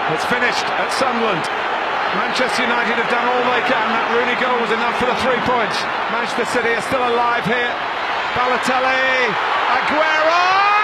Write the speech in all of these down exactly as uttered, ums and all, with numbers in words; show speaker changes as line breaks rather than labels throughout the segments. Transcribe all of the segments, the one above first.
It's finished at Sunderland. Manchester United have done all they can. That Rooney goal was enough for the three points. Manchester City are still alive here. Balotelli, Aguero!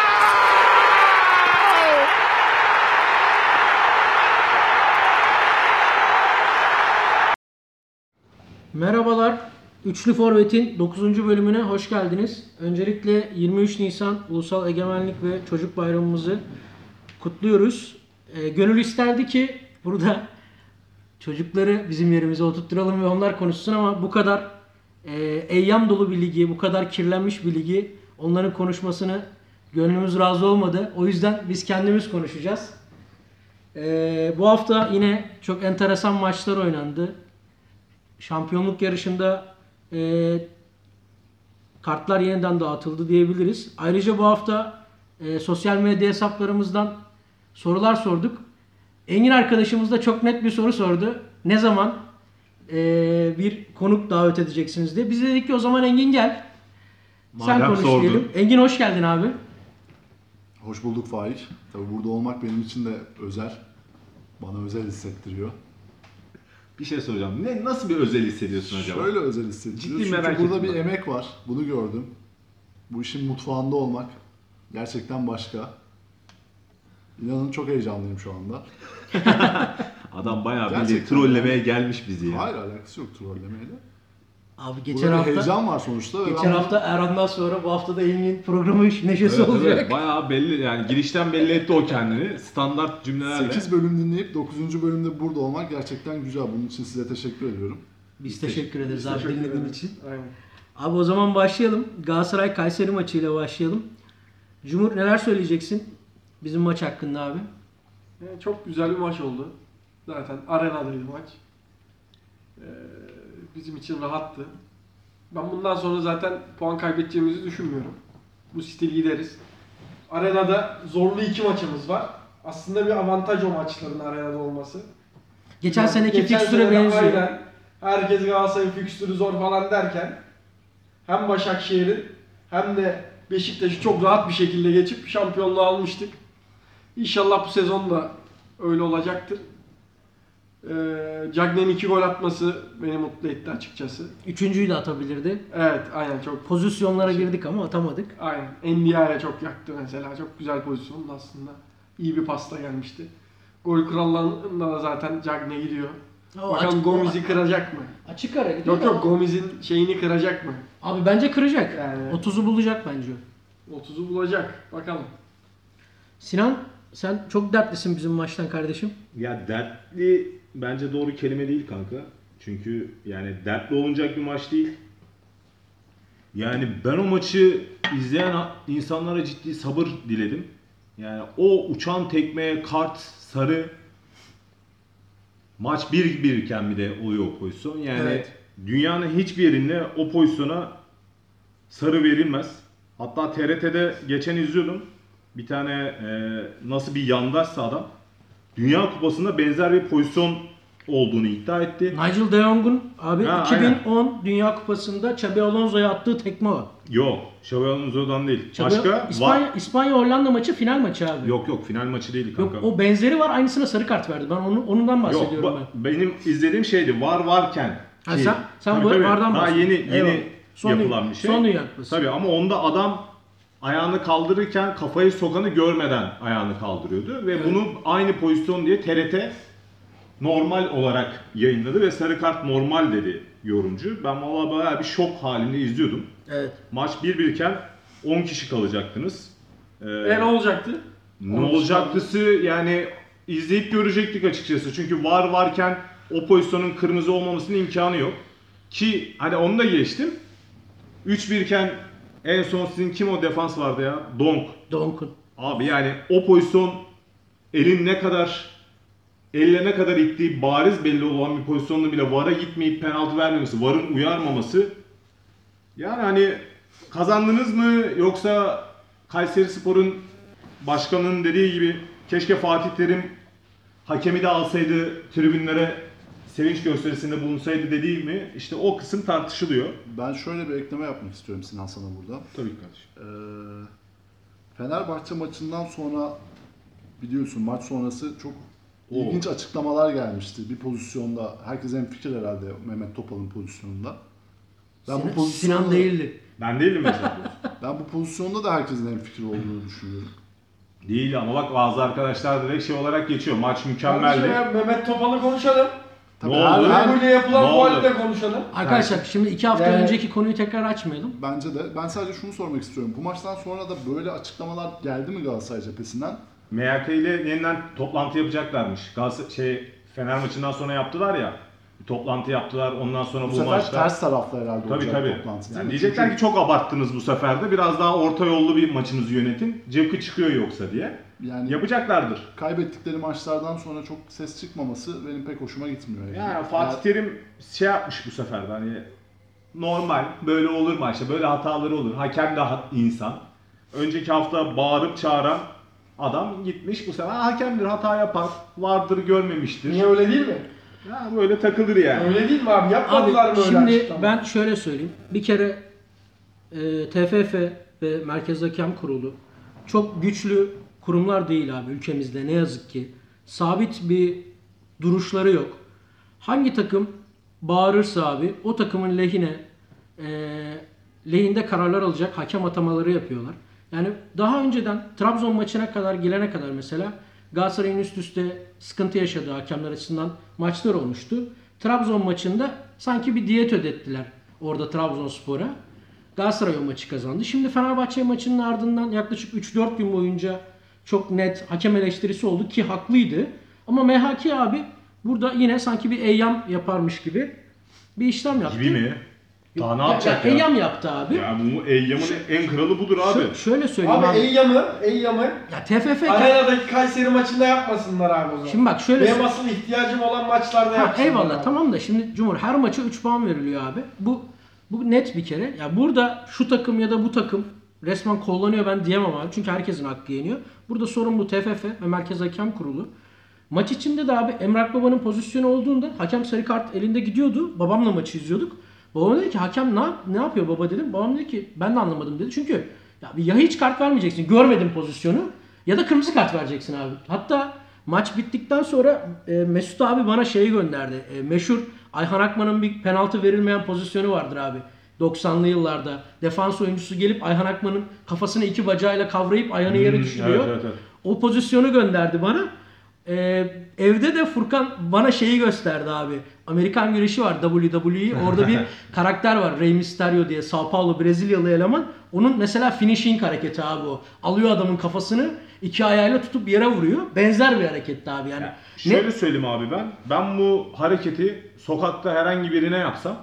Merhabalar. Üçlü Forvet'in dokuzuncu bölümüne hoş geldiniz. Öncelikle yirmi üç Nisan Ulusal Egemenlik ve Çocuk Bayramımızı kutluyoruz. E, gönül isterdi ki burada çocukları bizim yerimize oturtturalım ve onlar konuşsun ama bu kadar e, eyyam dolu bir ligi, bu kadar kirlenmiş bir ligi onların konuşmasını gönlümüz razı olmadı. O yüzden biz kendimiz konuşacağız. E, bu hafta yine çok enteresan maçlar oynandı. Şampiyonluk yarışında e, kartlar yeniden dağıtıldı diyebiliriz. Ayrıca bu hafta e, sosyal medya hesaplarımızdan sorular sorduk. Engin arkadaşımız da çok net bir soru sordu. Ne zaman e, bir konuk davet edeceksiniz diye. Biz de dedik ki o zaman Engin gel. Sen
Madem
konuş
sordun.
diyelim. Engin hoş geldin abi.
Hoş bulduk Faik. Tabii burada olmak benim için de özel. Bana özel hissettiriyor.
Bir şey soracağım. Ne, nasıl bir özel hissediyorsun acaba?
Şöyle özel hissettiriyor.
Ciddi
Çünkü
merak
burada
ettim
bir
ben.
emek var. Bunu gördüm. Bu işin mutfağında olmak gerçekten başka. İnanın çok heyecanlıyım şu anda.
Adam bayağı bir
Gerçekten
trollemeye
yani.
gelmiş bizi ya.
Hayır, alakası yok trollemeyle.
Abi geçen
Burada bir
hafta
heyecan var sonuçta. ve
geçen
ben-
hafta Erhan'dan sonra bu hafta da Engin programı neşesi
Evet,
olacak.
evet, bayağı belli yani girişten belli etti o kendini. Standart cümlelerle.
sekiz bölüm dinleyip dokuzuncu bölümde burada olmak gerçekten güzel. Bunun için size teşekkür ediyorum.
Biz teşekkür ederiz abi
Teşekkür
dinlediğin
ederim.
için.
Aynen.
Abi o zaman başlayalım. Galatasaray Kayseri maçıyla başlayalım. Cumhur neler söyleyeceksin bizim maç hakkında abi?
Yani çok güzel bir maç oldu. Zaten arenadaydı maç. Ee, bizim için rahattı. Ben bundan sonra zaten puan kaybedeceğimizi düşünmüyorum. Bu stil gideriz. Arenada zorlu iki maçımız var. Aslında bir avantaj o maçların arenada olması.
Geçen
Yani
seneki
geçen
fikstüre
sene de
benziyor.
Aynen. Herkes Galatasaray'ın fikstürü zor falan derken hem Başakşehir'in hem de Beşiktaş'ı çok rahat bir şekilde geçip şampiyonluğu almıştık. İnşallah bu sezon da öyle olacaktır. Ee, Cagney'in iki gol atması beni mutlu etti açıkçası.
Üçüncüyü de atabilirdi.
Evet, aynen çok.
Pozisyonlara girdik ama atamadık.
Aynen. Endia'ya çok yaktı mesela. Çok güzel pozisyondu aslında. İyi bir pasta gelmişti. Gol krallığında da zaten Cagney gidiyor.
O
Bakalım
açık-
Gomez'i kıracak mı?
Açık ara gidiyor.
Yok yok, Gomez'in şeyini kıracak mı?
Abi bence kıracak.
Yani-
otuzu bulacak bence.
otuzu bulacak. Bakalım.
Sinan sen çok dertlisin bizim maçtan kardeşim.
Ya dertli bence doğru kelime değil kanka. Çünkü yani dertli olunacak bir maç değil. Yani ben o maçı izleyen insanlara ciddi sabır diledim. Yani o uçan tekmeye kart, sarı maç bir bir iken bir de oluyor o pozisyon. Yani
Evet.
dünyanın hiçbir yerinde o pozisyona sarı verilmez. Hatta T R T'de geçen izliyordum. Bir tane e, nasıl bir yandaşsa adam Dünya Kupası'nda benzer bir pozisyon olduğunu iddia etti.
Nigel de Jong'un abi
Ha,
iki bin on Dünya Kupası'nda Xabi Alonso'ya attığı tekme o.
Yok, Xabi Alonso'dan değil.
Xabi-
Başka
İspanya,
var.
İspanya Hollanda maçı final maçı abi.
Yok yok, final maçı değil kanka.
Yok, o benzeri var, aynısına sarı kart verdi. Ben onu onundan
Yok,
bahsediyorum
ba-
ben.
benim izlediğim şeydi var varken.
Ha,
ki-
sen sen
Tabii,
bu
tabii.
vardan
Daha
bahsediyorsun.
yeni
Eyvallah.
yeni
Son
yapılan
dünya-
bir şey.
Son Dünya Kupası.
Tabii ama onda adam ayağını kaldırırken kafayı sokanı görmeden ayağını kaldırıyordu ve
Evet.
bunu aynı pozisyon diye T R T normal olarak yayınladı ve sarı kart normal dedi yorumcu. Ben vallahi bayağı bir şok halinde izliyordum.
Evet.
Maç bir bir iken on kişi kalacaktınız. Ee,
E ne olacaktı?
Ne olacaktısı yani izleyip görecektik açıkçası. Çünkü var varken o pozisyonun kırmızı olmamasının imkanı yok. Ki hani onu da geçtim. üç bir iken en son sizin kim o defans vardı ya? Donk.
Donk'un.
Abi yani o pozisyon elin ne kadar elle ne kadar ittiği bariz belli olan bir pozisyonda bile VAR'a gitmeyip penaltı vermemesi, VAR'ın uyarmaması. Yani hani kazandınız mı yoksa Kayserispor'un başkanının dediği gibi keşke Fatih Terim hakemi de alsaydı tribünlere sevinç gösterisinde bulunsaydı dediği mi? İşte o kısım tartışılıyor.
Ben şöyle bir ekleme yapmak istiyorum Sinan sana burada.
Tabii ki kardeşim.
Ee, Fenerbahçe maçından sonra biliyorsun maç sonrası çok ilginç açıklamalar gelmişti. Bir pozisyonda, herkes hemfikir herhalde Mehmet Topal'ın pozisyonunda. Ben
Sinan,
bu pozisyonda,
Sinan değildi.
Ben değilim mesela.
ben bu pozisyonda da herkesin hemfikir olduğunu düşünüyorum.
Değil ama bak bazı arkadaşlar direkt şey olarak geçiyor. Maç mükemmeldi.
Konuşalım, Mehmet Topal'ı konuşalım.
Tabii
Ne
her-
oldu?
her-
Böyle yapılan
Ne
faulü
oldu?
de konuşalım.
Arkadaşlar şimdi iki hafta
Yani-
önceki konuyu tekrar açmayalım.
Bence de. Ben sadece şunu sormak istiyorum. Bu maçtan sonra da böyle açıklamalar geldi mi Galatasaray cephesinden?
M H K ile yeniden toplantı yapacaklarmış. Galatasaray şey Fener maçından sonra yaptılar ya. Bir toplantı yaptılar. Ondan sonra
Bu,
bu,
sefer
maçta
ters taraflı herhalde
tabii
olacak
tabii.
toplantı değil
Yani
mi?
diyecekler
Çünkü
ki çok abarttınız bu sefer de. Biraz daha orta yollu bir maçınızı yönetin. Cıvkı çıkıyor yoksa diye.
yani
Yapacaklardır.
kaybettikleri maçlardan sonra çok ses çıkmaması benim pek hoşuma gitmiyor. Yani,
Yani Fatih Terim şey yapmış bu sefer de hani normal böyle olur maçta böyle hataları olur. Hakem de ha- insan. Önceki hafta bağırıp çağıran adam gitmiş bu sefer hakemdir hata yapar. Vardır görmemiştir.
Niye öyle değil mi?
Ya böyle takılır yani.
Öyle değil mi abi? Yapmadılar
Abi
mı öyle
şimdi
açıklama?
ben şöyle söyleyeyim. Bir kere e, T F F ve Merkez Hakem Kurulu çok güçlü kurumlar değil abi ülkemizde ne yazık ki. Sabit bir duruşları yok. Hangi takım bağırırsa abi o takımın lehine e, lehinde kararlar alacak hakem atamaları yapıyorlar. Yani daha önceden Trabzon maçına kadar gelene kadar mesela Galatasaray'ın üst üste sıkıntı yaşadığı hakemler açısından maçlar olmuştu. Trabzon maçında sanki bir diyet ödettiler orada Trabzonspor'a. Galatasaray o maçı kazandı. Şimdi Fenerbahçe maçının ardından yaklaşık üç dört gün boyunca çok net hakem eleştirisi oldu ki haklıydı. Ama M H K abi burada yine sanki bir eyyam yaparmış gibi bir işlem yaptı.
Gibi mi? Daha ne
Ya-
yapacak
ya?
ya?
Eyyam yaptı abi.
Ya bu Eyyam'ın en kralı budur abi.
Şö- şöyle söyleyeyim
Abi
abi.
Eyyam'ı, Eyyam'ı
Ya T F F
Arena'daki Kayseri maçında yapmasınlar abi o zaman.
Şimdi bak şöyle
Benim asıl ihtiyacım olan maçlarda
Ha,
yapsınlar.
eyvallah
abi.
tamam da şimdi Cumhur her maça üç puan veriliyor abi. Bu bu net bir kere. Ya burada şu takım ya da bu takım resmen kullanıyor ben diyemem abi. Çünkü herkesin hakkı yeniyor. Burada sorun bu T F F ve Merkez Hakem Kurulu. Maç içinde de abi Emrah Baba'nın pozisyonu olduğunda hakem sarı kart elinde gidiyordu. Babamla maçı izliyorduk. Babam dedi ki hakem ne, yap- ne yapıyor baba dedim. Babam dedi ki ben de anlamadım dedi. Çünkü ya, bir- ya hiç kart vermeyeceksin görmedim pozisyonu ya da kırmızı kart vereceksin abi. Hatta maç bittikten sonra e, Mesut abi bana şeyi gönderdi. E, meşhur Ayhan Akman'ın bir penaltı verilmeyen pozisyonu vardır abi. doksanlı yıllarda defans oyuncusu gelip Ayhan Akman'ın kafasını iki bacağıyla kavrayıp Ayhan'ı yere
Hmm,
düşürüyor.
evet, evet, evet.
O pozisyonu gönderdi bana. Ee, evde de Furkan bana şeyi gösterdi abi. Amerikan güreşi var W W E. Orada bir karakter var. Rey Mysterio diye. Sao Paulo Brezilyalı eleman. Onun mesela finishing hareketi abi o. Alıyor adamın kafasını iki ayağıyla tutup yere vuruyor. Benzer bir hareketti abi yani.
Ya,
Ne-
şöyle söyleyeyim abi ben. Ben bu hareketi sokakta herhangi birine yapsam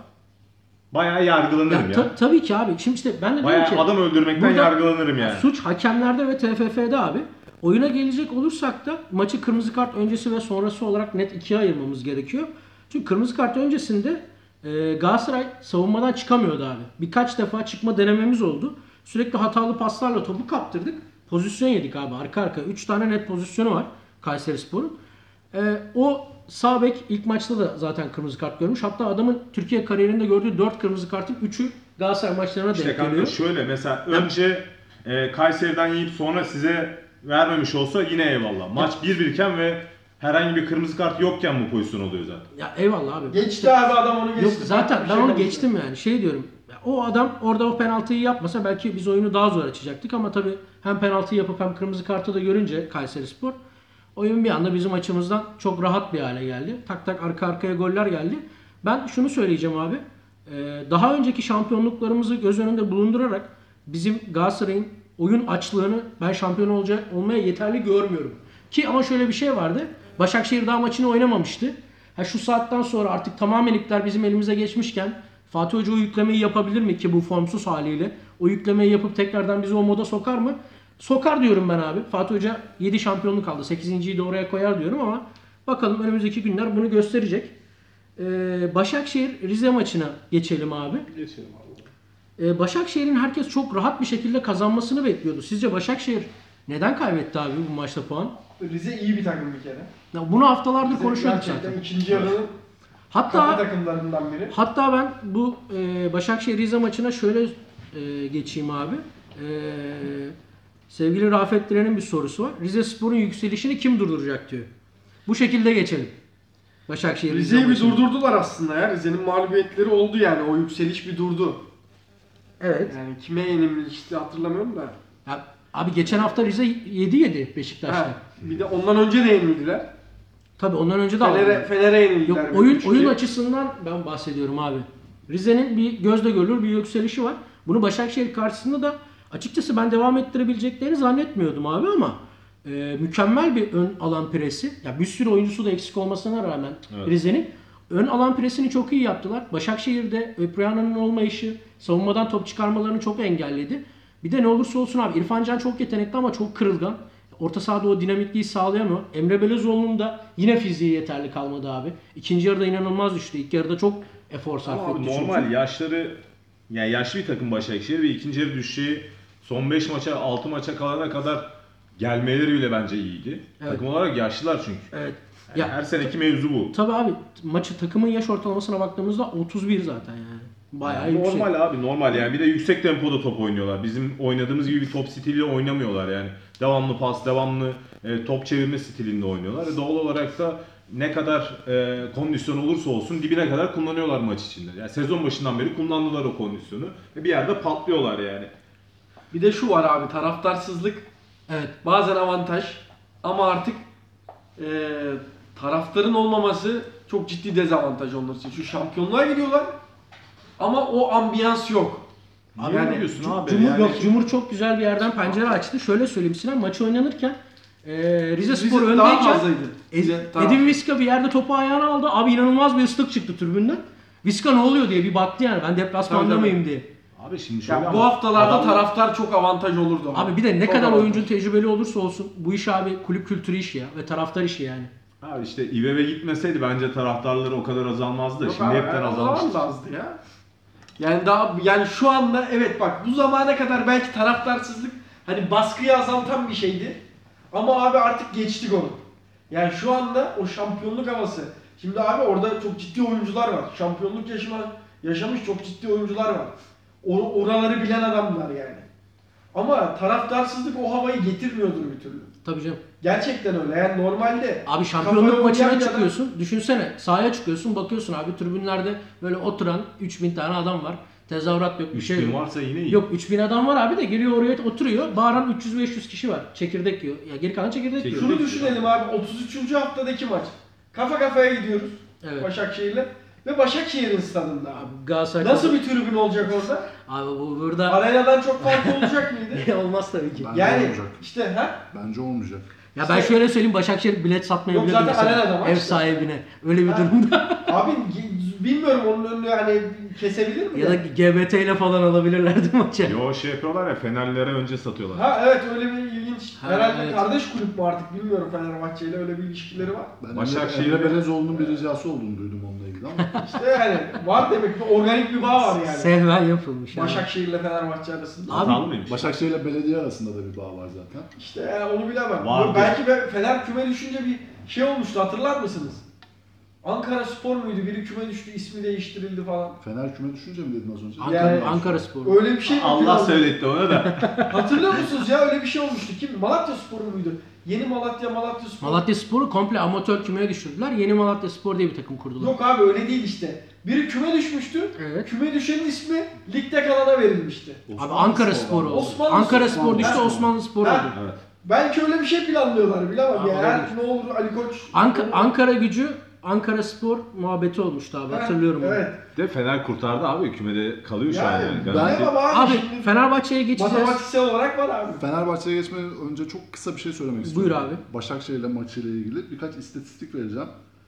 bayağı yargılanırım
Ya,
ya.
ta- tabii ki abi. Şimdi işte ben de diyorum
Bayağı
ki
adam öldürmekten
burada
yargılanırım yani.
suç hakemlerde ve T F F'de abi. Oyuna gelecek olursak da maçı kırmızı kart öncesi ve sonrası olarak net ikiye ayırmamız gerekiyor. Çünkü kırmızı kart öncesinde e, Galatasaray savunmadan çıkamıyordu abi. Birkaç defa çıkma denememiz oldu. Sürekli hatalı paslarla topu kaptırdık. Pozisyon yedik abi arka arka. üç tane net pozisyonu var Kayserispor'un. E, o sağ bek ilk maçta da zaten kırmızı kart görmüş. Hatta adamın Türkiye kariyerinde gördüğü dört kırmızı kartın üçü Galatasaray maçlarına
İşte
denk
kanka
geliyor.
şöyle mesela önce e, Kayseri'den yiyip sonra size vermemiş olsa yine eyvallah. Maç bir bir iken ve herhangi bir kırmızı kart yokken bu pozisyon oluyor zaten.
Ya eyvallah abi.
Geçti abi adam onu geçti.
Yok zaten
Farklı bir
ben
şey
onu
konuşuyor.
geçtim yani. Şey diyorum. ya O adam orada o penaltıyı yapmasa belki biz oyunu daha zor açacaktık ama tabii hem penaltıyı yapıp hem kırmızı kartı da görünce Kayserispor oyun bir anda bizim açımızdan çok rahat bir hale geldi. Tak tak arka arkaya goller geldi. Ben şunu söyleyeceğim abi. Ee, Daha önceki şampiyonluklarımızı göz önünde bulundurarak bizim Galatasaray'ın oyun açlığını ben şampiyon olacak olmaya yeterli görmüyorum. Ki ama şöyle bir şey vardı. Başakşehir daha maçını oynamamıştı. Ha şu saatten sonra artık tamamen ipler bizim elimize geçmişken Fatih Hoca o yüklemeyi yapabilir mi ki bu formsuz haliyle? O yüklemeyi yapıp tekrardan bizi o moda sokar mı? Sokar diyorum ben abi. Fatih Hoca yedi şampiyonluk aldı. sekizinciyi de oraya koyar diyorum ama bakalım önümüzdeki günler bunu gösterecek. Ee, Başakşehir Rize maçına geçelim abi.
Geçelim abi.
Ee, Başakşehir'in herkes çok rahat bir şekilde kazanmasını bekliyordu. Sizce Başakşehir neden kaybetti abi bu maçta puan?
Rize iyi bir takım bir kere.
Ya bunu haftalardır
Rize
konuşuyorduk
gerçekten
zaten.
ikinci yarının kafa
Hatta
takımlarından biri.
hatta ben bu e, Başakşehir Rize maçına şöyle e, geçeyim abi. E, sevgili Rafet Diren'in bir sorusu var. Rizespor'un yükselişini kim durduracak diyor. Bu Bu şekilde geçelim. Başakşehir
Rize'yi bir
maçını.
durdurdular aslında ya. Rize'nin mağlubiyetleri oldu yani. O yükseliş bir durdu.
Evet.
Yani kime yenilmişti hatırlamıyorum da.
Ya, abi geçen hafta Rize yedi yedi Beşiktaş'ta.
Ha, bir de ondan önce de yenildiler.
Tabii ondan önce de
Fener'e,
aldılar.
Fener'e yenildiler.
Yok
bir
oyun
üç
oyun
iki.
açısından ben bahsediyorum abi. Rize'nin bir gözle görülür bir yükselişi var. Bunu Başakşehir karşısında da açıkçası ben devam ettirebileceklerini zannetmiyordum abi ama e, mükemmel bir ön alan presi. Ya bir sürü oyuncusu da eksik olmasına rağmen
Evet.
Rize'nin ön alan presini çok iyi yaptılar. Başakşehir'de Öpriyana'nın olmayışı savunmadan top çıkarmalarını çok engelledi. Bir de ne olursa olsun abi İrfan Can çok yetenekli ama çok kırılgan. Orta sahada o dinamikliği sağlayamıyor. Emre Belözoğlu'nun da yine fiziği yeterli kalmadı abi. İkinci yarıda inanılmaz düştü. İlk yarıda çok efor sarf
Ama abi
etti çünkü.
normal yaşları, yani yaşlı bir takım Başakşehir ve ikinci yarı düşeceği son beş maça altı maça kalana kadar gelmeleri bile bence iyiydi.
Evet.
Takım olarak yaşlılar çünkü.
Evet.
Yani
Ya
her seneki mevzu bu.
tabii abi maçı takımın yaş ortalamasına baktığımızda otuz bir zaten yani. Bayağı
Yani
yüksek.
normal abi normal yani bir de yüksek tempoda top oynuyorlar. Bizim oynadığımız gibi bir top stiliyle oynamıyorlar yani. Devamlı pas, devamlı e, top çevirme stilinde oynuyorlar. E, doğal olarak da ne kadar e, kondisyon olursa olsun dibine kadar kullanıyorlar maç içinde. Yani sezon başından beri kullandılar o kondisyonu ve bir yerde patlıyorlar yani.
Bir de şu var abi, taraftarsızlık
Evet.
bazen avantaj ama artık e, taraftarın olmaması çok ciddi dezavantaj onlar için. Şu şampiyonluğa gidiyorlar ama o ambiyans yok.
Abi
Yani
ne diyorsun abi?
Cumhur,
Yani
yok, Cumhur çok güzel bir yerden pencere açtı. Şöyle söyleyeyim Sinan, maçı oynanırken e, Rize Spor
Rize daha
öndeyken
fazlaydı.
Ed-
Rize taraf-
Edin Viska bir yerde topu ayağına aldı. Abi inanılmaz bir ıslık çıktı tribünden. Viska ne oluyor diye bir baktı yani. Ben deplasmanda
Tabii, tabii.
mıyım diye.
Abi şimdi şöyle
Yani bu
ama
haftalarda
adam-
taraftar çok avantaj olurdu.
Abi bir de ne
Çok
kadar
avantaj.
oyuncu tecrübeli olursa olsun bu iş abi kulüp kültürü işi ya ve taraftar işi yani.
Abi işte İveve gitmeseydi bence taraftarları o kadar azalmazdı.
Yok
Şimdi
abi,
hepten
o
azalmıştı.
zaman da azdı ya. Yani daha yani şu anda evet bak bu zamana kadar belki taraftarsızlık hani baskıyı azaltan bir şeydi. Ama abi artık geçtik onu. Yani şu anda o şampiyonluk havası. Şimdi abi orada çok ciddi oyuncular var. Şampiyonluk yaşama, yaşamış çok ciddi oyuncular var. O, oraları bilen adamlar yani. Ama taraftarsızlık o havayı getirmiyordur bir türlü.
Tabii canım.
Gerçekten öyle. Yani normalde
Abi şampiyonluk
kafaya
maçına
oynayan bir adam-
çıkıyorsun. Düşünsene sahaya çıkıyorsun bakıyorsun abi tribünlerde böyle oturan üç bin tane adam var. Tezahürat yok bir şey
üç bin
yok.
varsa yine iyi.
Yok üç bin adam var abi de geliyor oraya oturuyor. Bağıran üç yüz beş yüz kişi var. Çekirdek yiyor. Ya geri kalan çekirdek yiyor.
Şunu düşünelim abi, otuz üçüncü haftadaki maç. Kafa kafaya gidiyoruz
Evet.
Başakşehir'le ve Başakşehir'in stadında abi.
Abi Galatasaray
Nasıl bir tribün olacak orada?
Abi bu burada
Arenadan çok farklı olacak mıydı?
olmaz tabii ki.
Bence
Yani
olmayacak.
işte ha?
Bence olmayacak.
Ya ben şöyle söyleyeyim Başakşehir bilet satmayabilir
Yok, zaten arenada maç
ev
ya.
sahibine. Öyle bir
Ha.
durumda.
Abi gi- bilmiyorum onun önünü hani kesebilir mi?
ya da G B T ile falan alabilirlerdi maçı.
Yo şey yapıyorlar ya Fenerlilere önce satıyorlar.
Ha evet öyle bir ilginç.
Ha,
Herhalde
evet.
kardeş kulüp mü artık bilmiyorum Fenerbahçe ile öyle bir ilişkileri var.
Ben
Başakşehir'de-
Emre Belezoğlu'nun bir ricası olduğunu duydum onunla ilgili ama.
İşte yani var demek ki organik bir bağ var yani.
Sevmen yapılmış. abi.
Başakşehir ile Fenerbahçe arasında.
Abi,
Hatalı mıymış?
Başakşehir ile belediye arasında da bir bağ var zaten.
İşte yani onu bilemem.
Vardır.
Belki be- Fener küme düşünce bir şey olmuştu hatırlar mısınız? Ankara Spor muydu? Biri küme düştü, ismi değiştirildi falan.
Fener küme düşünce mi dedin az önce?
Ankara,
Yani-
Ankara Spor.
Öyle bir şey mi?
Allah
planladı?
söyletti ona da.
Hatırlıyor musunuz ya öyle bir şey olmuştu. Kim? Malatya Spor muydu? Yeni Malatya, Malatya Spor.
Malatya Spor'u komple amatör kümeye düşürdüler. Yeni Malatya Spor diye bir takım kurdular.
Yok abi öyle değil işte. Biri küme düşmüştü.
Evet.
Küme düşenin ismi ligde kalana verilmişti.
Abi Ankara Spor oldu.
Osmanlı
Ankara
Spor.
Spor düştü,
Ha.
Osmanlı Spor
Ha.
oldu.
Evet.
Belki öyle bir şey planlıyorlar bilemem
Abi
ya. Her
olabilir.
ne olur Ali Koç.
Anka- Ankara Gücü, Ankara Spor muhabbeti olmuştu abi
Ha,
hatırlıyorum onu.
Evet.
De Fener kurtardı abi. Kümede kalıyor şu an
Yani,
yani.
bilemem
Garanti.
abi.
Abi
şimdi
Fenerbahçe'ye geçeceğiz.
matematiksel olarak var abi.
Fenerbahçe'ye geçmeden önce çok kısa bir şey söylemek
Buyur
istiyorum.
abi.
Başakşehir ile maçıyla ilgili birkaç istatistik vereceğim.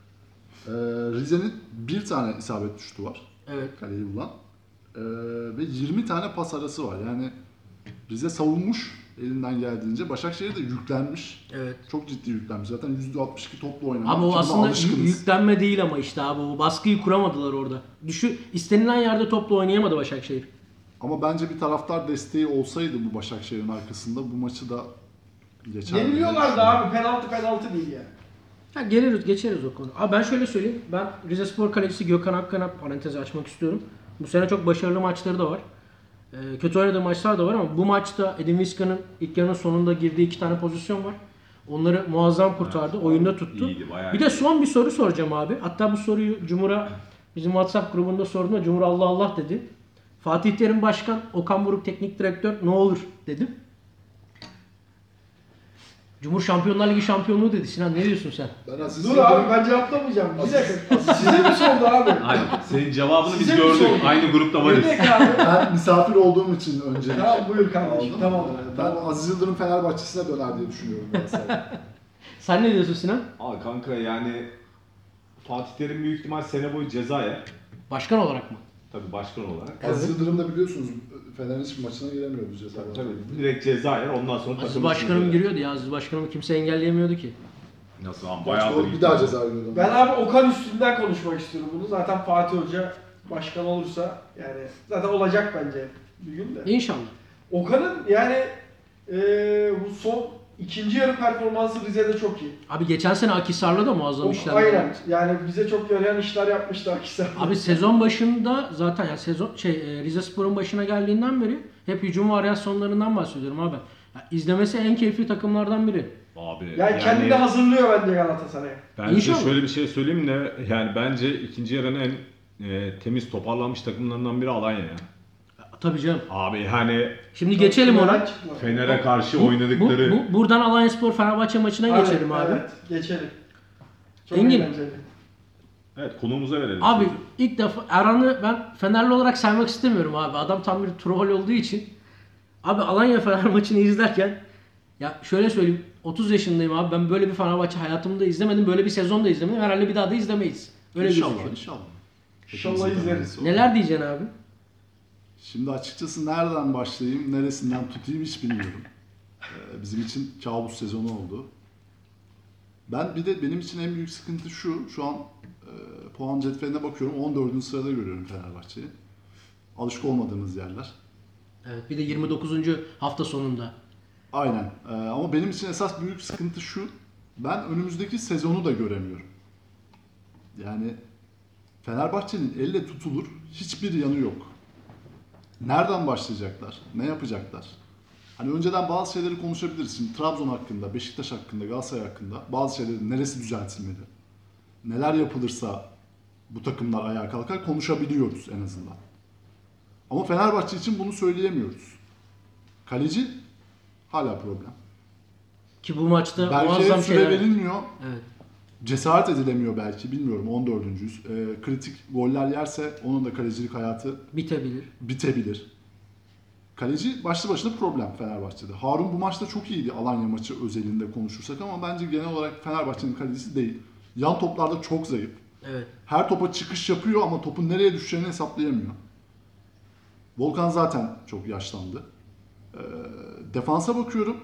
Ee, Rize'nin bir tane isabet düştü var.
Evet.
Kaleyi bulan. Ee, ve yirmi tane pas arası var. Yani Rize savunmuş elinden geldiğince. Başakşehir de yüklenmiş.
Evet.
Çok ciddi yüklenmiş. Zaten yüzde altmış iki toplu oynamak.
Abi o
Ki buna
aslında
alışkınız.
yü- yüklenme değil ama işte abi o baskıyı kuramadılar orada. Düşü istenilen yerde topla oynayamadı Başakşehir.
Ama bence bir taraftar desteği olsaydı bu Başakşehir'in arkasında bu maçı da geçerdi.
Yeniliyorlar da abi penaltı penaltı değil yani.
Ha, geliriz geçeriz o konu. Abi ben şöyle söyleyeyim. Ben Rize Spor kalecisi Gökhan Akkan'a parantezi açmak istiyorum. Bu sene çok başarılı maçları da var. Ee, kötü oynadığı maçlar da var ama bu maçta Edin Viska'nın ilk yarının sonunda girdiği iki tane pozisyon var. Onları muazzam kurtardı. Oyunda tuttu.
iyiydi, bayağı
Bir de
iyiydi.
son bir soru soracağım abi. Hatta bu soruyu Cumhur'a bizim WhatsApp grubunda sorduğumda Cumhur Allah Allah dedi. Fatih Terim Başkan, Okan Buruk Teknik Direktör ne olur dedim. Cumhur Şampiyonlar Ligi şampiyonluğu dedi. Sinan ne diyorsun sen?
Ben Aziz
Dur
Yıldırım-
abi ben cevaplamayacağım. Bir dakika. Size mi sordu abi?
Aynen. Senin cevabını biz
Size mi
gördük.
sordum?
Aynı grupta
Bir
varız.
dakika abi.
Ben misafir olduğum için öncelik.
Tamam buyur kardeşim.
aldım.
Tamam.
Ee, Ben Aziz Yıldırım Fenerbahçe'sine döner diye düşünüyorum. Galatasaray.
Sen ne diyorsun Sinan?
Aa kanka yani Fatih Terim büyük ihtimal sene boyu ceza yer.
Başkan olarak mı?
Tabii başkan olarak.
Aziz Yıldırım da biliyorsunuz Fener'in hiçbir maçına giremiyor bu cezalar.
Tabii direkt ceza yer. Ondan sonra
Aziz
takımı
Başkanım
sürdürür.
giriyordu ya. Aziz Başkanım kimse engelleyemiyordu ki.
Nasıl lan
Bayağı
bayağıdır
bir daha ceza yiyordu.
Ben abi Okan üstünden konuşmak istiyorum bunu. Zaten Fatih Hoca başkan olursa yani zaten olacak bence bir gün de.
İnşallah.
Okan'ın yani eee bu son ikinci yarı performansı Rize'de çok iyi.
Abi geçen sene Akhisar'la da muazzam
O-
işler
aynen.
yaptı.
Yani bize çok yarayan işler yapmıştı Akhisar.
Abi sezon başında zaten yani sezon şey e, Rizespor'un başına geldiğinden beri hep hücum varyasyonlarından bahsediyorum abi. Ya, izlemesi en keyifli takımlardan biri.
Abi
Yani kendini hazırlıyor bence Galatasaray'a.
ben size
İnşallah.
şöyle bir şey söyleyeyim de yani bence ikinci yarının en e, temiz toparlanmış takımlarından biri Alanya ya.
Ya, tabii canım.
Abi yani
Şimdi geçelim
Çok
ona.
neden çıkmadı?
Fener'e karşı
Bu,
oynadıkları
bu, bu- buradan Alanyaspor Fenerbahçe maçına
Evet,
geçelim abi.
Evet, geçelim. Çok
Engin.
eğlenceli.
evet konumuza verelim.
Abi
sözü.
ilk defa Erhan'ı ben Fenerli olarak saymak istemiyorum abi. Adam tam bir troll olduğu için. Abi Alanya Fener maçını izlerken ya şöyle söyleyeyim otuz yaşındayım abi. Ben böyle bir Fenerbahçe hayatımda izlemedim. Böyle bir sezon da izlemedim. Herhalde bir daha da izlemeyiz. Öyle
İnşallah,
gözüküyor.
inşallah.
İnşallah
Hepimizin
izleriz.
temennisi o.
Neler diyeceksin abi?
Şimdi açıkçası nereden başlayayım, neresinden tutayım hiç bilmiyorum. Ee, bizim için kabus sezonu oldu. Ben bir de benim için en büyük sıkıntı şu, şu an e, puan cetveline bakıyorum, on dördüncü sırada görüyorum Fenerbahçe'yi. Alışık olmadığımız yerler.
Evet, bir de yirmi dokuzuncu hafta sonunda.
Aynen. Ee, ama benim için esas büyük sıkıntı şu, ben önümüzdeki sezonu da göremiyorum. Yani Fenerbahçe'nin elle tutulur hiçbir yanı yok. Nereden başlayacaklar? Ne yapacaklar? Hani önceden bazı şeyleri konuşabiliriz. Şimdi Trabzon hakkında, Beşiktaş hakkında, Galatasaray hakkında bazı şeylerin neresi düzeltilmeli? Neler yapılırsa bu takımlar ayağa kalkar konuşabiliyoruz en azından. Ama Fenerbahçe için bunu söyleyemiyoruz. Kaleci hala problem.
Ki bu maçta
Belki
muazzam
süre
şeyler.
verilmiyor.
Evet.
Cesaret edilemiyor belki bilmiyorum on dördüncüyüz. Ee, kritik goller yerse onun da kalecilik hayatı
Bitebilir.
bitebilir. Kaleci başlı başına problem Fenerbahçe'de. Harun bu maçta çok iyiydi Alanya maçı özelinde konuşursak ama bence genel olarak Fenerbahçe'nin kalecisi değil. Yan toplarda çok zayıf.
Evet.
Her topa çıkış yapıyor ama topun nereye düşeceğini hesaplayamıyor. Volkan zaten çok yaşlandı. Ee, defansa bakıyorum.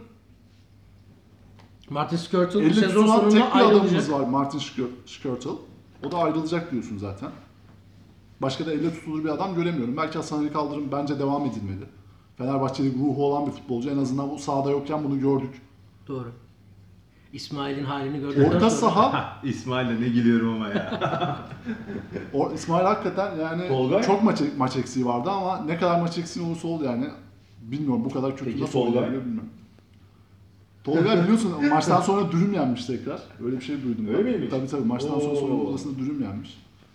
Martin Skirtle bu
Elle
sezon
tutulan
sonunda
tek bir adamımız
ayrılacak.
var Martin Skir- Skirtle. O da ayrılacak diyorsun zaten. Başka da elle tutulur bir adam göremiyorum. Belki Hasan Ali Kaldırım bence devam edilmeli. Fenerbahçe'de ruhu olan bir futbolcu. En azından bu sahada yokken bunu gördük.
Doğru. İsmail'in halini gördükten
Orta
sonra.
saha,
İsmail'le ne gülüyorum ama ya.
o İsmail hakikaten yani
Tolgay?
çok maç, maç eksiği vardı ama ne kadar maç eksiği olursa oldu yani. Bilmiyorum bu kadar kötü
Peki
nasıl
Tolgay?
oynayabiliyor bilmiyorum. Tolgay biliyorsun maçtan sonra dürüm yenmiş tekrar. Öyle bir şey duydum.
Öyle
ben.
miymiş?
Tabii tabii maçtan sonra
Oo.
soyunma odasında dürüm yenmiş.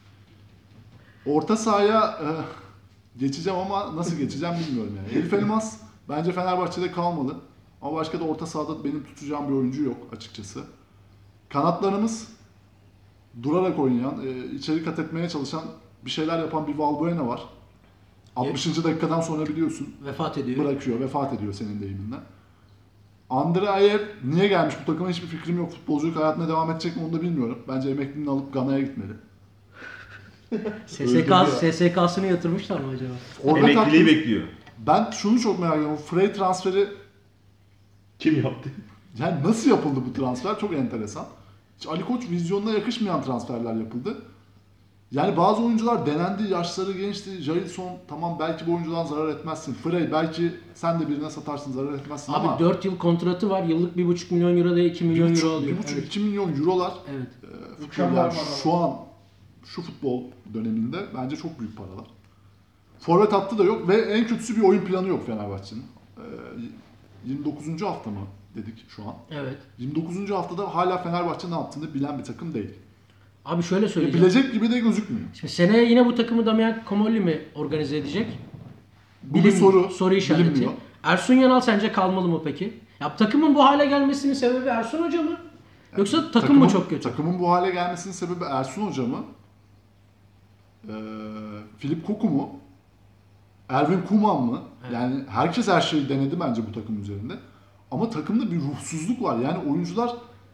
Orta sahaya e, geçeceğim ama nasıl geçeceğim bilmiyorum yani. Elif Elmas bence Fenerbahçe'de kalmalı. Ama başka da orta sahada benim tutacağım bir oyuncu yok açıkçası. Kanatlarımız durarak oynayan, e, içeri kat etmeye çalışan, bir şeyler yapan bir Valbuena var. altmışıncı dakikadan sonra biliyorsun
Vefat ediyor.
bırakıyor, vefat ediyor senin deyiminle. Andreaev niye gelmiş bu takıma hiçbir fikrim yok. Futbolculuk hayatına devam edecek mi onu da bilmiyorum. Bence emekliliğini alıp Gana'ya gitmeli.
S S K, S S K'sını yatırmışlar mı acaba?
Orada
Emekliliği
taktığımız-
bekliyor.
Ben şunu çok merak ediyorum. Frey transferi
Kim yaptı?
yani nasıl yapıldı bu transfer? Çok enteresan. Hiç Ali Koç vizyonuna yakışmayan transferler yapıldı. Yani bazı oyuncular denendi, yaşları gençti. Jailson tamam belki bu oyuncudan zarar etmezsin. Frey belki sen de birine satarsın zarar etmezsin
Abi
ama
dört yıl kontratı var. Yıllık bir buçuk milyon euro da iki milyon
bir buçuk,
euro alıyor.
bir buçuk,
Evet.
iki milyon eurolar
Evet.
e,
Mükemmel
futbol yani
paralar.
şu an şu futbol döneminde bence çok büyük paralar. Forvet hattı da yok ve en kötüsü bir oyun planı yok Fenerbahçe'nin. E, yirmi dokuzuncu hafta mı dedik şu an.
Evet.
yirmi dokuzuncu haftada hala Fenerbahçe ne yaptığını bilen bir takım değil.
Abi şöyle
Ve
söyleyeceğim.
bilecek gibi de gözükmüyor.
Şimdi seneye yine bu takımı Damian Comolli mi organize edecek?
Bu bir soru.
Soru işareti.
Bilinmiyor.
Ersun Yanal sence kalmalı mı peki? Ya takımın bu hale gelmesinin sebebi Ersun Hoca mı? Yoksa takım
Takımın-
mı çok kötü?
Takımın bu hale gelmesinin sebebi Ersun Hoca mı? Ee, Filip Koku mu? Erwin Koeman mı? Yani herkes her şeyi denedi bence bu takım üzerinde. Ama takımda bir ruhsuzluk var. Yani oyuncular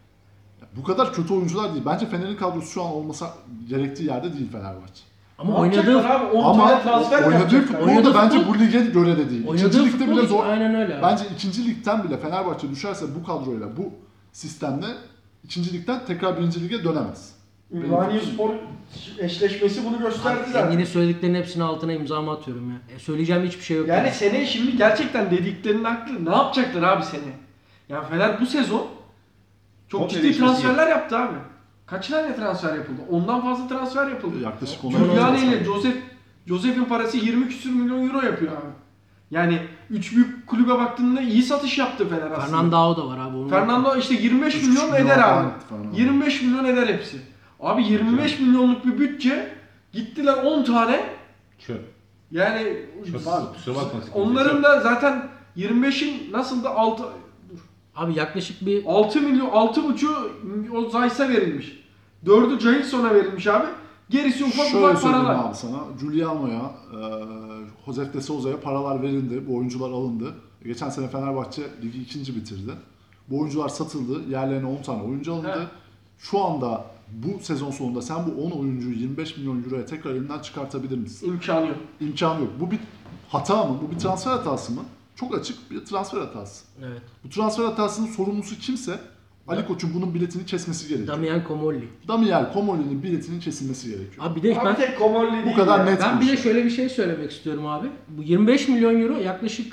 bu kadar kötü oyuncular değil. Bence Fener'in kadrosu şu an olmasa gerektiği yerde değil Fenerbahçe.
Ama
Ne
oynadığı
yapacaklar abi? on
Ama
tane transfer mi
oynadığı
yapacaklar?
futbol
Oynadığı
da bence
futbol-
bu lige göre de değil.
oynadığı
İkinci ligde
futbol
bile zor.
aynen öyle abi.
Bence ikinci ligden bile Fenerbahçe düşerse bu kadroyla, bu sistemle ikinci ligden tekrar birinci lige dönemez.
Ümraniye Spor eşleşmesi bunu gösterdi
Abi,
zaten.
yine söylediklerinin hepsinin altına imzamı atıyorum ya. E, söyleyeceğim hiçbir şey yok.
Yani seneye şimdi gerçekten dediklerinin haklı. Ne yapacaklar abi seneye? Yani Fener bu sezon çok
Komple
ciddi
değişmesi
transferler yaptı abi. Kaç tane transfer yapıldı? Ondan fazla transfer yapıldı.
Yaklaşık ona
Giuliani ile Joseph Joseph'in parası yirmi küsür milyon euro yapıyor abi. Yani üç büyük kulübe baktığında iyi satış yaptı Fener aslında.
Fernando da var abi. Onu
Fernando işte yirmi beş
üç
milyon
milyon
eder
falan
abi.
gitti Fernando.
yirmi beş milyon eder hepsi. Abi yirmi beş milyonluk bir bütçe gittiler on tane.
Çöp.
Yani
Çöp abi kusura bakma.
onların da zaten yirmi beşin nasıl da altı
Abi yaklaşık bir
altı milyon altı buçuğu o Zayt'sa verilmiş. dördü Jailson'a verilmiş abi. Gerisi ufak
Şöyle
ufak
söyleyeyim
paralar.
abi sana. Giuliano'ya, e, Josef de Souza'ya paralar verildi. Bu oyuncular alındı. Geçen sene Fenerbahçe ligi ikinci bitirdi. Bu oyuncular satıldı. Yerlerine on tane oyuncu alındı.
Evet.
Şu anda bu sezon sonunda sen bu on oyuncuyu yirmi beş milyon euroya tekrar elinden çıkartabilir misin?
İmkanı yok.
İmkanı yok. Bu bir hata mı? Bu bir transfer hatası mı? Çok açık bir transfer hatası.
evet.
Bu transfer hatasının sorumlusu kimse Ali Koç'un bunun biletini kesmesi gerekiyor.
Damian Comolli.
Damian Comolli'nin biletinin kesilmesi gerekiyor.
Abi bir de
Abi
ben
tek Komolli değil
kadar
ya.
net.
ben bir de
bir şey.
şöyle bir şey söylemek istiyorum abi. Bu yirmi beş milyon euro yaklaşık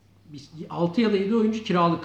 altı ya da yedi oyuncu kiralık.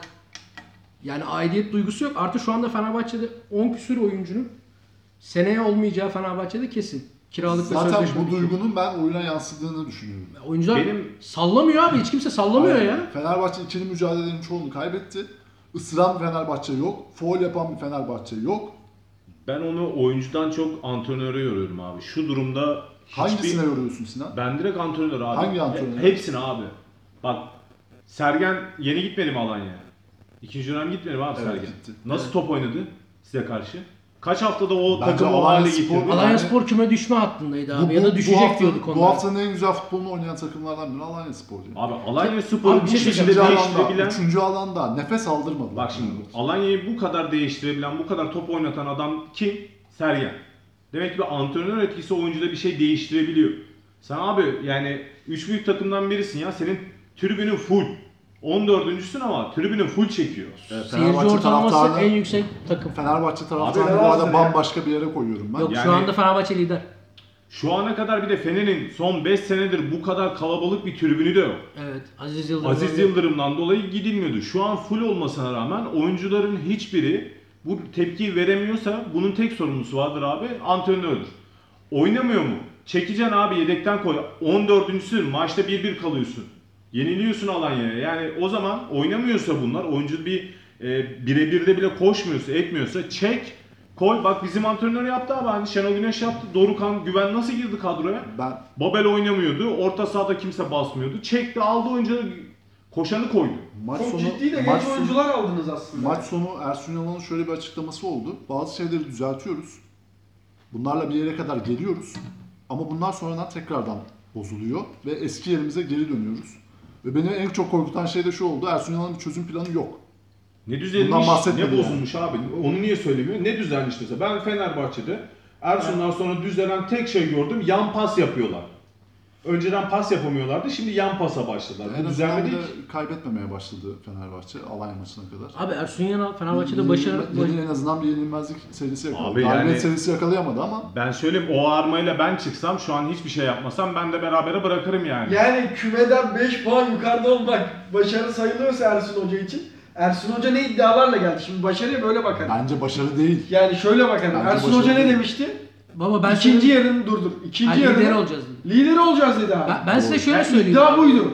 Yani aidiyet duygusu yok. Artı şu anda Fenerbahçe'de on küsür oyuncunun seneye olmayacağı Fenerbahçe'de kesin. Kiralık ve
Zaten
sözleşme
bu
bitiyor.
duygunun ben oyuna yansıdığını düşünüyorum.
Oyuncular
Benim-
sallamıyor abi. Hiç kimse sallamıyor
Aynen.
ya.
Fenerbahçe ikili mücadelelerin çoğunu kaybetti. Isıran bir Fenerbahçe yok. Foul yapan bir Fenerbahçe yok.
Ben onu oyuncudan çok antrenöre yoruyorum abi. Şu durumda
Hangisine
hiçbir...
yoruyorsun Sinan?
Ben direkt antrenör abi.
Hangi antrenör?
He- Hepsini abi. Bak Sergen yeni gitmedi mi Alanya'ya? İkinci dönem gitmedi mi abi
Evet,
Sergen?
gitti.
Nasıl
Evet.
top oynadı size karşı? Kaç haftada o
Bence
takımı o
Alanya
hale
Spor-
getirdi?
Alanya-
Alanya Spor küme düşme hattındaydı abi. ya da düşecek
hafta,
diyorduk
Bu
onlar.
haftanın en güzel futbolunu oynayan takımlardan biri Alanya Spor diyor.
Abi Alanya Spor'u
Abi
bu
bir şey
şekilde
İkinci alanda,
değiştirebilen...
üçüncü alanda nefes aldırmadı.
Bak şimdi Alanya'yı bu kadar değiştirebilen, bu kadar top oynatan adam kim? Sergen. Demek ki bir antrenör etkisi oyuncuda bir şey değiştirebiliyor. Sen abi yani üç büyük takımdan birisin ya. Senin tribünün full. on dördüncüsün ama tribünün full çekiyor.
Evet,
Seyirci
Fenerbahçe
ortalaması
taraftarını-
en yüksek takım.
Fenerbahçe taraftarını
Abi,
bu arada
Fenerbahçe
bambaşka bir yere koyuyorum ben.
Yok şu
Yani-
anda Fenerbahçe lider.
Şu ana kadar bir de Fener'in son beş senedir bu kadar kalabalık bir tribünü de yok.
Evet. Aziz Yıldırım.
Aziz Yıldırım'dan dolayı gidilmiyordu. Şu an full olmasına rağmen oyuncuların hiçbiri bu tepkiyi veremiyorsa bunun tek sorumlusu vardır abi, antrenördür. Oynamıyor mu? Çekeceksin abi, yedekten koy. on dördüncüsün, maçta bir bir kalıyorsun. Yeniliyorsun Alanya'ya. Yani o zaman oynamıyorsa bunlar, oyuncu bir e, birebirde bile koşmuyorsa, etmiyorsa çek, koy. Bak bizim antrenör yaptı abi, hani Şenol Güneş yaptı. Dorukhan Güven nasıl girdi kadroya?
Ben
Babel oynamıyordu, orta sahada kimse basmıyordu. Çekti, aldı oyuncuları, koşanı koydu.
maç
Çok
sonu
ciddi de
maç
genç
sonu-
oyuncular aldınız aslında.
Maç sonu Ersun Yanal'ın şöyle bir açıklaması oldu. Bazı şeyleri düzeltiyoruz. Bunlarla bir yere kadar geliyoruz. Ama bunlar sonradan tekrardan bozuluyor ve eski yerimize geri dönüyoruz. Ve beni en çok korkutan şey de şu oldu. Ersun Yanal'ın bir çözüm planı yok.
Ne düzelmiş,
Bundan bahsetmedi
ne
yani.
bozulmuş abi? Onu niye söylemiyor? Ne düzelmiş mesela? Ben Fenerbahçe'de Ersun'dan sonra düzelen tek şey gördüm. Yan pas yapıyorlar. Önceden pas yapamıyorlardı. Şimdi yan pasa başladılar.
En
Bu
azından bir
düzenledik.
de kaybetmemeye başladı Fenerbahçe Alanya maçına kadar.
Abi Ersun Yanal Fenerbahçe'de
Yenilme-
başarı...
Yeni en azından bir yenilmezlik serisi yakaladı.
Abi
Galibiyet
yani-
serisi yakalayamadı ama
Ben söyleyeyim, o armayla ben çıksam şu an hiçbir şey yapmasam ben de berabere bırakırım yani.
Yani kümeden beş puan yukarıda olmak başarı sayılıyorsa Ersun Hoca için. Ersun Hoca ne iddialarla geldi? Şimdi başarıya böyle bakalım.
bence başarı değil.
Yani şöyle bakalım.
Bence
Ersun
başarılı
Hoca ne
değil.
demişti?
Baba ben
İkinci
size,
yarının durdur. İkinci
Ha,
yarının
lider olacağız dedi.
lideri olacağız dedi abi.
Ben, ben size şöyle
Yani
söyleyeyim.
iddia buydu.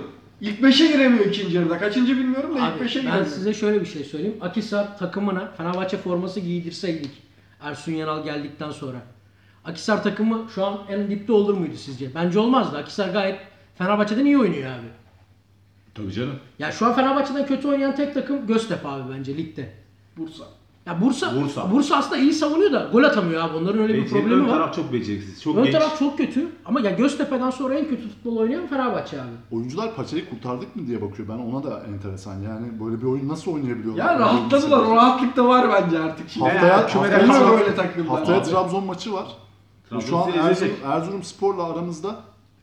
İlk beşe giremiyor ikinci yarıda. Kaçıncı bilmiyorum da ilk
Abi,
beşe
ben
giremiyor.
size şöyle bir şey söyleyeyim. Akhisar takımına Fenerbahçe forması giydirseydik Ersun Yanal geldikten sonra. Akhisar takımı şu an en dipte olur muydu sizce? Bence olmazdı. Akhisar gayet Fenerbahçe'den iyi oynuyor abi.
Tabii canım.
Ya şu an Fenerbahçe'den kötü oynayan tek takım Göztepe abi bence ligde.
Bursa.
Ya Bursa,
Bursa.
Bursa aslında iyi savunuyor da gol atamıyor abi. Onların öyle bir
Beceri-
problemi
ön
var.
taraf çok beceriksiz. Çok
Ön
genç.
taraf çok kötü ama ya Göztepe'den sonra en kötü futbol oynayan Fenerbahçe abi.
Oyuncular paçayı kurtardık mı diye bakıyor. Ben ona da enteresan. Yani böyle bir oyun nasıl oynayabiliyorlar?
Ya rahatladılar. O rahatlık da var bence artık. Şimdi
Haftaya,
Ya, kümede
haftaya,
kalıyor
Trab-
böyle takımlar.
haftaya
Abi.
Trabzon maçı var.
Trabzon
Şu an
bizi
Erzurum,
ezecek.
Erzurumspor'la aramızda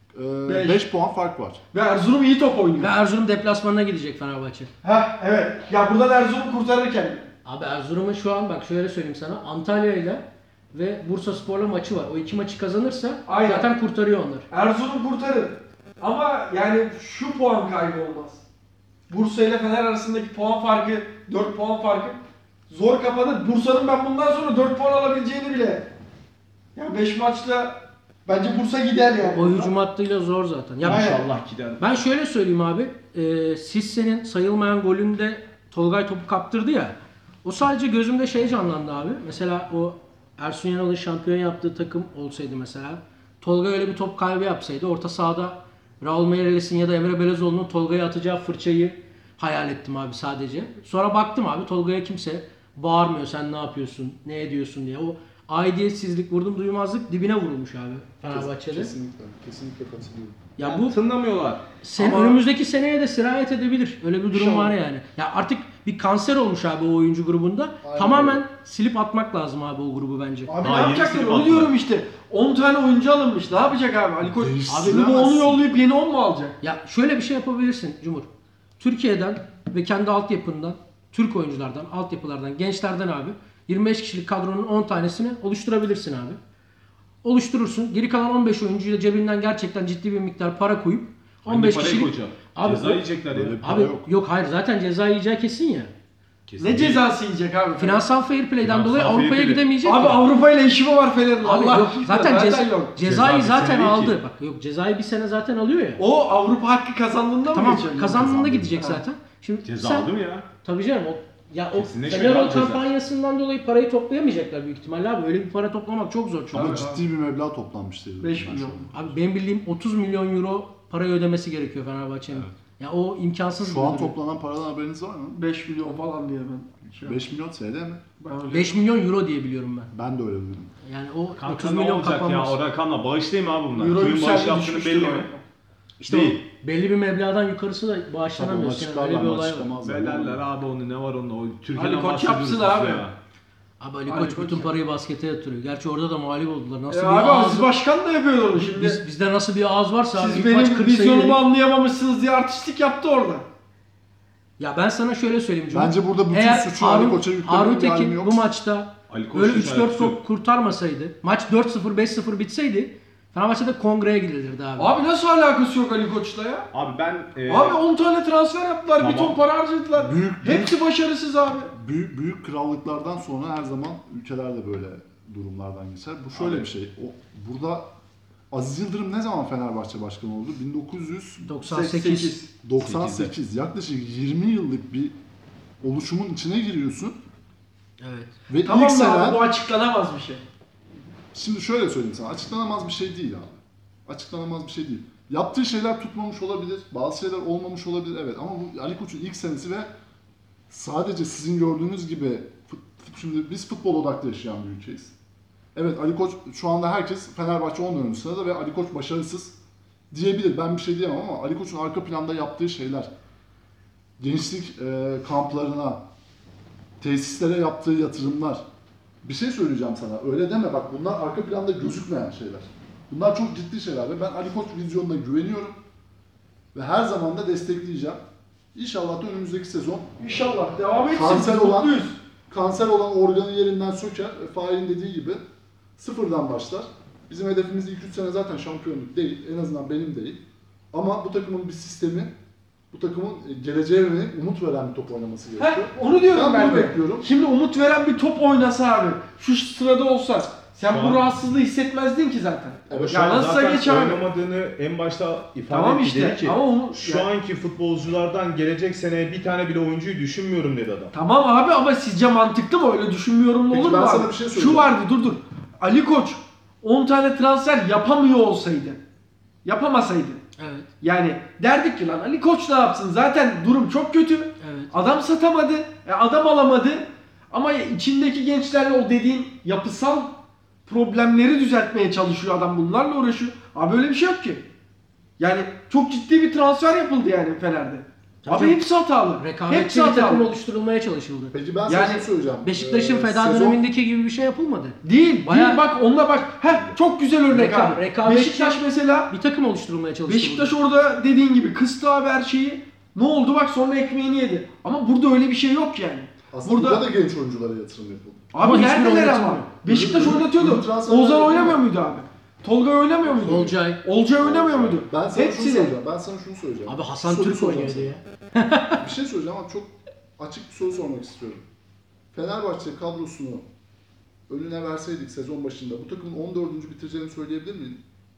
Beş.
beş puan fark var.
Ve Erzurum iyi top oynuyor.
Ve Erzurum deplasmanına gidecek Fenerbahçe.
Ha evet. Ya buradan Erzurum kurtarırken.
Abi Erzurum'un şu an bak şöyle söyleyeyim sana Antalya ile ve Bursaspor'la maçı var. O iki maçı kazanırsa
Aynen.
zaten kurtarıyor onlar.
Erzurum kurtarır. Ama yani şu puan kaybı olmaz. Bursa ile Fener arasındaki puan farkı, dört puan farkı zor kapanır. Bursa'nın ben bundan sonra dört puan alabileceğini bile. Yani beş maçta bence Bursa gider yani.
O hücum hattıyla zor zaten. Ya
Aynen.
İnşallah gider.
ben şöyle söyleyeyim abi. E, Sisse'nin sayılmayan golünde Tolgay topu kaptırdı ya. O sadece gözümde şey canlandı abi. Mesela o Ersun Yanal'ın şampiyon yaptığı takım olsaydı mesela. Tolga öyle bir top kaybı yapsaydı orta sahada Raul Meireles'in ya da Emre Belözoğlu'nun Tolga'ya atacağı fırçayı hayal ettim abi sadece. Sonra baktım abi Tolga'ya kimse bağırmıyor sen ne yapıyorsun, ne ediyorsun diye. O aidiyetsizlik, vurdum duymazlık dibine vurulmuş abi Fenerbahçe'de.
Kesinlikle, kesinlikle katılıyorum.
Ya bu
Tınlamıyorlar.
sen
Ama-
önümüzdeki seneye de sirayet edebilir. Öyle bir durum
İnşallah.
var yani. Ya artık bir kanser olmuş abi o oyuncu grubunda.
Aynen
Tamamen
öyle.
silip atmak lazım abi o grubu bence.
Abi
Daha
ne
yeni
yapacaklar
silip
onu
attılar.
diyorum işte. on tane oyuncu alınmış. Ne yapacak abi? Ali Koç
Değiştiremezsin.
bunu mu onu yollayıp yeni on mu alacak?
Ya şöyle bir şey yapabilirsin Cumhur. Türkiye'den ve kendi altyapından, Türk oyunculardan, altyapılardan, gençlerden abi yirmi beş kişilik kadronun on tanesini oluşturabilirsin abi. Oluşturursun. Geri kalan on beş oyuncuyu da cebinden gerçekten ciddi bir miktar para koyup on beş
Hangi parayı
kişilik
koyacağım?
Abi
Ceza
o-
yiyecekler ya.
Böyle bir para
Abi
yok.
yok. hayır zaten ceza yiyeceği kesin ya.
Kesin
Ne
değil.
cezası yiyecek abi?
Finansal fair play'den
Finansal
dolayı
fair
Avrupa'ya
play.
gidemeyecek.
Abi
ya.
Avrupa ile işi mi var Fener'in?
Abi
Allah
yok,
aşkına,
zaten ceza,
yok.
cezayı
Ceza bir
zaten
sene değil
aldı.
ki.
Bak yok cezayı bir sene zaten alıyor ya.
O Avrupa hakkı kazandığında mı
Tamam
geçiyor?
kazandığında
Kazandı.
gidecek
Ha.
zaten. Şimdi
Ceza
sen,
aldı mı ya?
tabii canım o ya o
Kesinlikle
Fener o
aldı ceza.
kampanyasından dolayı parayı toplayamayacaklar büyük ihtimalle abi. Öyle bir para toplamak çok zor çünkü.
Ama
Tabii,
ciddi bir meblağ toplanmıştı.
beş
ben
milyon.
şu an.
Abi benim bildiğim otuz milyon euro parayı ödemesi gerekiyor Fenerbahçe'nin. Ya o imkansız
Şu
bir
an
durum.
toplanan paradan haberiniz var mı?
beş milyon falan diye ben. Şey
beş milyon T L mi?
ben öyle-
beş milyon euro diye biliyorum ben.
Ben de öyle duydum.
Yani o
Kanka
otuz
ne
milyon
olacak ya
kapanmaz.
o rakamla? Bağışlayayım abi bunlar.
Euro
Kimin bağış
yükseldi
yaptığını
düşmüştür
belli
o.
mi?
İşte
Değil.
o belli bir meblağdan yukarısı da
Tabii onu
bağışlanamıyor. Yani
açıklarlar
öyle bir
mı
olay var.
açıklamazlar.
Belerler abi onu ne var onda o Türkiye'den
Ali Koç
bahsediyoruz
yapsın
biz
abi.
ya.
Abi Ali
Ali
Koç
Koç
bütün
ya.
parayı baskete yatırıyor. Gerçi orada da mağlup oldular. Nasıl
E
bir
abi
ağız
Aziz Başkan da yapıyor onu şimdi.
biz, bizde nasıl bir ağız varsa abi
Siz
ilk maç
benim
kırk
vizyonumu
sayı-
anlayamamışsınız diye artistlik yaptı orada.
Ya ben sana şöyle söyleyeyim Cumhur.
Bence burada bütün
Eğer
suçu Ali
Harun,
Koç'a yüklemenin
Harun
bir alemi
Tekin
yok.
bu maçta
Ali Koç'un
böyle üç dört
alakası yok.
top kurtarmasaydı, maç dört sıfır beş sıfır bitseydi Fenerbahçe'de kongreye gidilirdi abi.
Abi nasıl alakası yok Ali Koç'la ya?
Abi ben e,
Abi on tane transfer yaptılar, bir
Tamam.
ton para harcadılar.
Büyük-
Hepsi başarısız abi.
Büyük, büyük krallıklardan sonra her zaman ülkeler de böyle durumlardan geçer. Bu şöyle
Abi.
bir şey. O, burada Aziz Yıldırım ne zaman Fenerbahçe başkanı oldu? bin dokuz yüz
doksan sekiz.
doksan sekiz. Yaklaşık yirmi yıllık bir oluşumun içine giriyorsun.
Evet.
Ve
Tamam
ilk
da abi
sene...
bu açıklanamaz bir şey.
Şimdi şöyle söyleyeyim sana. Açıklanamaz bir şey değil abi. Açıklanamaz bir şey değil. Yaptığı şeyler tutmamış olabilir. Bazı şeyler olmamış olabilir. Evet ama bu Ali Koç'un ilk senesi ve sadece sizin gördüğünüz gibi fut- şimdi biz futbol odaklı yaşayan bir ülkeyiz. Evet Ali Koç şu anda herkes Fenerbahçe on ön sırada ve Ali Koç başarısız diyebilir. Ben bir şey diyemem ama Ali Koç'un arka planda yaptığı şeyler, gençlik e, kamplarına, tesislere yaptığı yatırımlar. Bir şey söyleyeceğim sana. Öyle deme bak bunlar arka planda gözükmeyen şeyler. Bunlar çok ciddi şeyler ve ben Ali Koç vizyonuna güveniyorum. Ve her zaman da destekleyeceğim. İnşallah da önümüzdeki sezon
İnşallah devam etsin.
Kanser
Biz
olan-
mutluyuz.
kanser olan organı yerinden söker. E, Faik'in dediği gibi sıfırdan başlar. Bizim hedefimiz ilk üç sene zaten şampiyonluk değil. En azından benim değil. Ama bu takımın bir sistemi, bu takımın e, geleceğe yönelik umut veren bir top oynaması gerekiyor.
Heh, onu diyorum
Ben
ben,
bunu
de.
bekliyorum.
Şimdi umut veren bir top oynasa abi. Şu sırada olsa. Sen
Şu
bu
an-
rahatsızlığı hissetmezdin ki zaten.
Ama şu
Ya
an
nasılsa
zaten
geç abi.
oynamadığını en başta ifade
Tamam
etti.
işte,
Dedi ki
ama onu-
şu
yani-
anki futbolculardan gelecek seneye bir tane bile oyuncuyu düşünmüyorum dedi adam.
Tamam abi ama sizce mantıklı mı? Öyle düşünmüyorum da
Peki
olur mu
ben
abi?
sana bir şey söyleyeceğim.
Şu vardı dur dur. Ali Koç on tane transfer yapamıyor olsaydı. Yapamasaydı.
Evet.
Yani derdik ki lan Ali Koç ne yapsın? Zaten durum çok kötü.
Evet.
Adam satamadı. e, Adam alamadı. Ama içindeki gençlerle o dediğin yapısal problemleri düzeltmeye çalışıyor adam, bunlarla uğraşıyor. Abi böyle bir şey yok ki. Yani çok ciddi bir transfer yapıldı yani Fener'de.
Tabii
Abi
canım.
hepsi hatalı. Hepsi
Rekabetçi bir takım
hatalı.
oluşturulmaya çalışıldı.
Peki ben sana
Yani
şunu söyleyeceğim.
Beşiktaş'ın
Ee,
feda
sezon-
dönemindeki gibi bir şey yapılmadı.
Değil,
Bayağı-
değil bak onunla bak. Heh, çok güzel örnek
Reka-
abi.
rekabetçi-
Beşiktaş mesela,
Bir takım oluşturulmaya çalışıldı.
Beşiktaş orada dediğin gibi kıstı abi her şeyi. Ne oldu bak, sonra ekmeğini yedi. Ama burada öyle bir şey yok yani.
Aslında
Burada-
burada, da genç oyunculara yatırım yapıldı.
Abi
Ama hiçbir
neredeler
oynatmıyor.
ama? Beşiktaş
Ürün-
oynatıyordu.
ürün transferleri
Oğuzhan
yapıyor.
oynamıyor muydu abi? Tolga oynamıyor muydu?
Olcay.
Olcay oynamıyor muydu?
Ben sana şunu
Hepsini.
söyleyeceğim. Ben sana şunu söyleyeceğim.
Abi Hasan
Soru
Türk
soracağım
oynuyordu
sana.
ya.
Bir şey söyleyeceğim ama çok açık bir soru sormak istiyorum. Fenerbahçe kadrosunu önüne verseydik sezon başında bu takımın on dördüncü bitireceğini söyleyebilir miydin?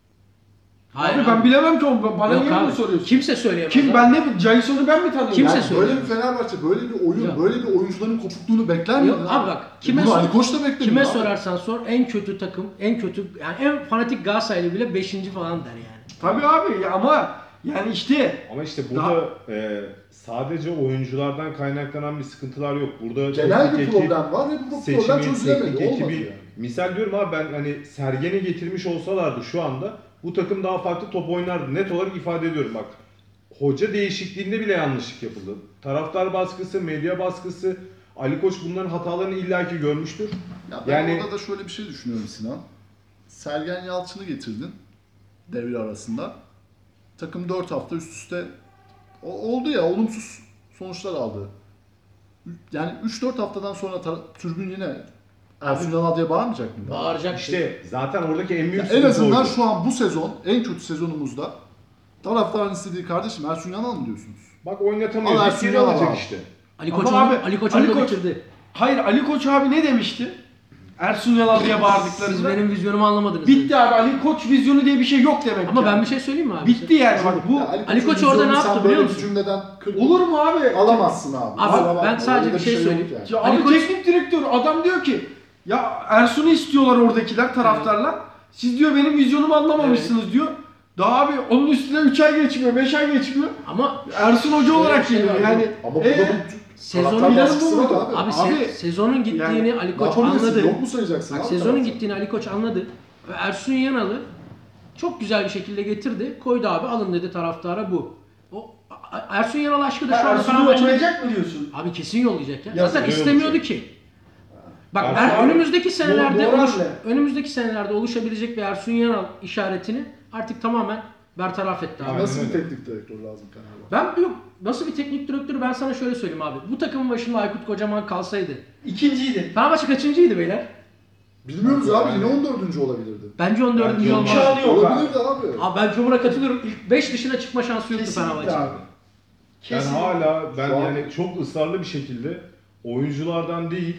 Hayır
abi ben bilemem ki onu. Bana
Yok
niye bunu
abi.
soruyorsun?
Kimse söyleyemez.
Kim
abi.
ben ne? Jason'u ben mi tanıyorum?
Kimse
Yani
söylüyor.
böyle bir Fenerbahçe, böyle bir oyun,
Yok.
böyle bir oyuncuların kopukluğunu bekler miydin?
Yok abi bak,
E
kime
bunu
sor-
Ali Koç da beklemiyor
Kime
abi.
sorarsan sor en kötü takım, en kötü yani en fanatik Galatasaraylı bile beşinci falan der yani.
Tabii abi ya, ama yani işte
Ama işte burada e, sadece oyunculardan kaynaklanan bir sıkıntılar yok. Burada
Genel
teknik
bir
ekip,
problem var ve bu problem
seçimi,
çözülemedi.
teknik
Olmadı
ekibi.
yani.
Misal diyorum abi, ben hani Sergen'i getirmiş olsalardı şu anda bu takım daha farklı top oynardı. Net olarak ifade ediyorum bak. Hoca değişikliğinde bile yanlışlık yapıldı. Taraftar baskısı, medya baskısı, Ali Koç bunların hatalarını illaki görmüştür.
Ya ben
Yani-
orada da şöyle bir şey düşünüyorum Sinan. Sergen Yalçın'ı getirdin devre arasında. Takım dört hafta üst üste o- oldu ya, olumsuz sonuçlar aldı. Yani üç dört haftadan sonra tar- tribün yine Ersun Yanal diye bağırmayacak mı?
Bağıracak işte.
İşte zaten oradaki en büyük
En
sıkıntı
azından
oydu.
şu an bu sezon, en kötü sezonumuzda taraftarın istediği kardeşim Ersun Yanal mı diyorsunuz?
Bak oynatamıyor.
Ama
Bir
Ersun
kere
Yanal
alacak
abi.
işte.
Ali
Ama
Koç
abi,
onu, Ali Koç
Ali
onu da
Koç-
bitirdi.
hayır, Ali Koç abi ne demişti? Ersun Yanal diye
Siz
bağırdıklarında.
benim vizyonumu anlamadınız.
Bitti abi, Ali Koç vizyonu diye bir şey yok demek
Ama
ki.
ben bir şey söyleyeyim mi abi?
Bitti yani bak bu.
Ya
Ali Koç
Koç'un
orada ne
vizyonu
yaptı
sen
biliyor
böyle
musun?
bir cümleden kırk
Olur mu abi?
alamazsın abi.
Abi,
Kusura bakma,
ben sadece
öyle
bir şey
yok
söyleyeyim.
yani.
Ya
Ali
abi
Koç-
teknik direktör adam diyor ki ya Ersun'u istiyorlar oradakiler, taraftarlar. Siz diyor benim vizyonumu anlamamışsınız diyor. Daha abi onun üstüne üç ay geçmiyor, beş ay geçmiyor.
Ama
Ersun Hoca olarak
şey
geliyor
var,
yani.
Ama burada
e,
bir
Sezonun
taraftar
yarısı
baskısı
bu
var
mu?
abi.
abi, se-
Abi,
sezonun gittiğini
yani-
Ali
Ne
Koç
yapabilirsin?
anladı.
Yok mu sayacaksın
Bak,
abi
sezonun
taraftar?
gittiğini Ali Koç anladı. Ve Ersun Yanal'ı çok güzel bir şekilde getirdi. Koydu abi, alın dedi taraftara bu. O A- Ersun Yanal aşkı da şu anda
Ersun'u
Fenerbahçe'de...
olmayacak mı diyorsun?
Abi kesin yollayacak ya.
Ya
Zaten
öyle
istemiyordu
olacak.
ki. Bak
Ersun
ben
abi,
önümüzdeki senelerde
doğru
oluş-
hamle.
önümüzdeki senelerde oluşabilecek bir Ersun Yanal işaretini artık tamamen bertaraf etti abi.
Aynen
Nasıl bir
öyle.
teknik direktör lazım Fenerbahçe?
Ben yok nasıl bir teknik direktörü ben sana şöyle söyleyeyim abi. Bu takımın başında Aykut Kocaman kalsaydı.
İkinciydi.
Fenerbahçe kaçıncıydı beyler?
Bilmiyoruz abi, yine on dördüncü olabilirdi.
Bence on dördüncü
Bence
olmaz.
imkanı yok abi.
Olabilirdi abi.
Abi ben Cumhur'a katılıyorum. İlk beş dışına çıkma şansı yoktu
Kesinlikle
Fenerbahçe.
abi.
Ben
Kesin.
hala ben
Şu an-
yani çok ısrarlı bir şekilde oyunculardan değil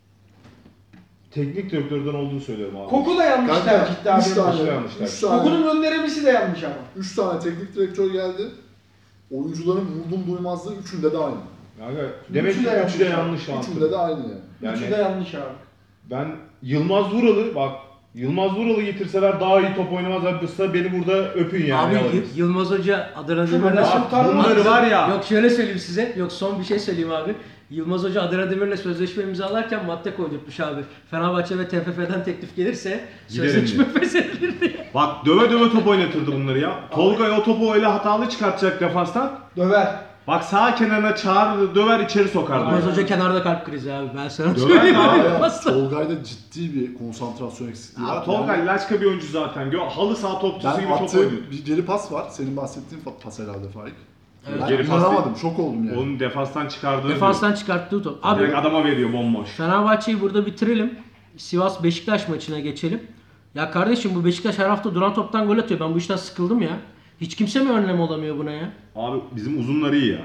teknik direktörden olduğunu söylüyorum abi.
Koku da yanlış
Kanka
tercihti abi.
üç tane,
yanlış
üç
tercih.
tane,
Kokunun gönderemesi de yanlış ama.
üç tane teknik direktör geldi. Oyuncuların vurdum duymazlığı üçünde de aynı.
Yani demek
Üçü
ki
de
üçü de
yanlış.
yanlış
Üçünde de
antrenör.
aynı yani.
Yani
Üçü de yanlış abi.
ben Yılmaz Vural'ı bak Yılmaz Vural'ı getirseler daha iyi top oynamazlarsa beni burada öpün yani.
Abi
yalan.
Y- Yılmaz Hoca Adana
Şu
Demir'le...
böyle
Bak,
kurtarmaz.
bunları var ya.
Yok şöyle söyleyeyim size. Yok son bir şey söyleyeyim abi. Yılmaz Hoca Adana Demir'le sözleşme imzalarken madde koydurtmuş abi. Fenerbahçe ve T F F'den teklif gelirse
Giderim
sözleşme
diye.
feshedilir diye.
Bak döve döve top oynatırdı bunları ya. Tolgay o topu öyle hatalı çıkartacak defanstan.
Döver.
Bak sağ kenarına çağırdı, döver içeri sokardı.
Yılmaz Hoca kenarda kalp krizi abi. Ben sana
Döver
söyleyeyim
mi
abi.
abi?
Yapmazsa.
Tolgay'da ciddi bir konsantrasyon eksikliği var.
Abi Tolgay
Yani
laçka bir oyuncu zaten. Gö- Halı sağ topçusu
ben
gibi top
attığı
oynuyor.
bir geri pas var. Senin bahsettiğin fa- pas herhalde Faik.
Evet.
Ben
Geri pas
inanamadım, şok oldum yani.
Onun defanstan çıkardığı
Defanstan çıkarttığı top.
Abi,
Abi
direkt adama veriyor bomboş.
Fenerbahçe'yi burada bitirelim. Sivas Beşiktaş maçına geçelim. Ya kardeşim bu Beşiktaş her hafta duran toptan gol atıyor. Ben bu işten sıkıldım ya. Hiç kimse mi önlem olamıyor buna ya?
Abi bizim uzunları iyi ya.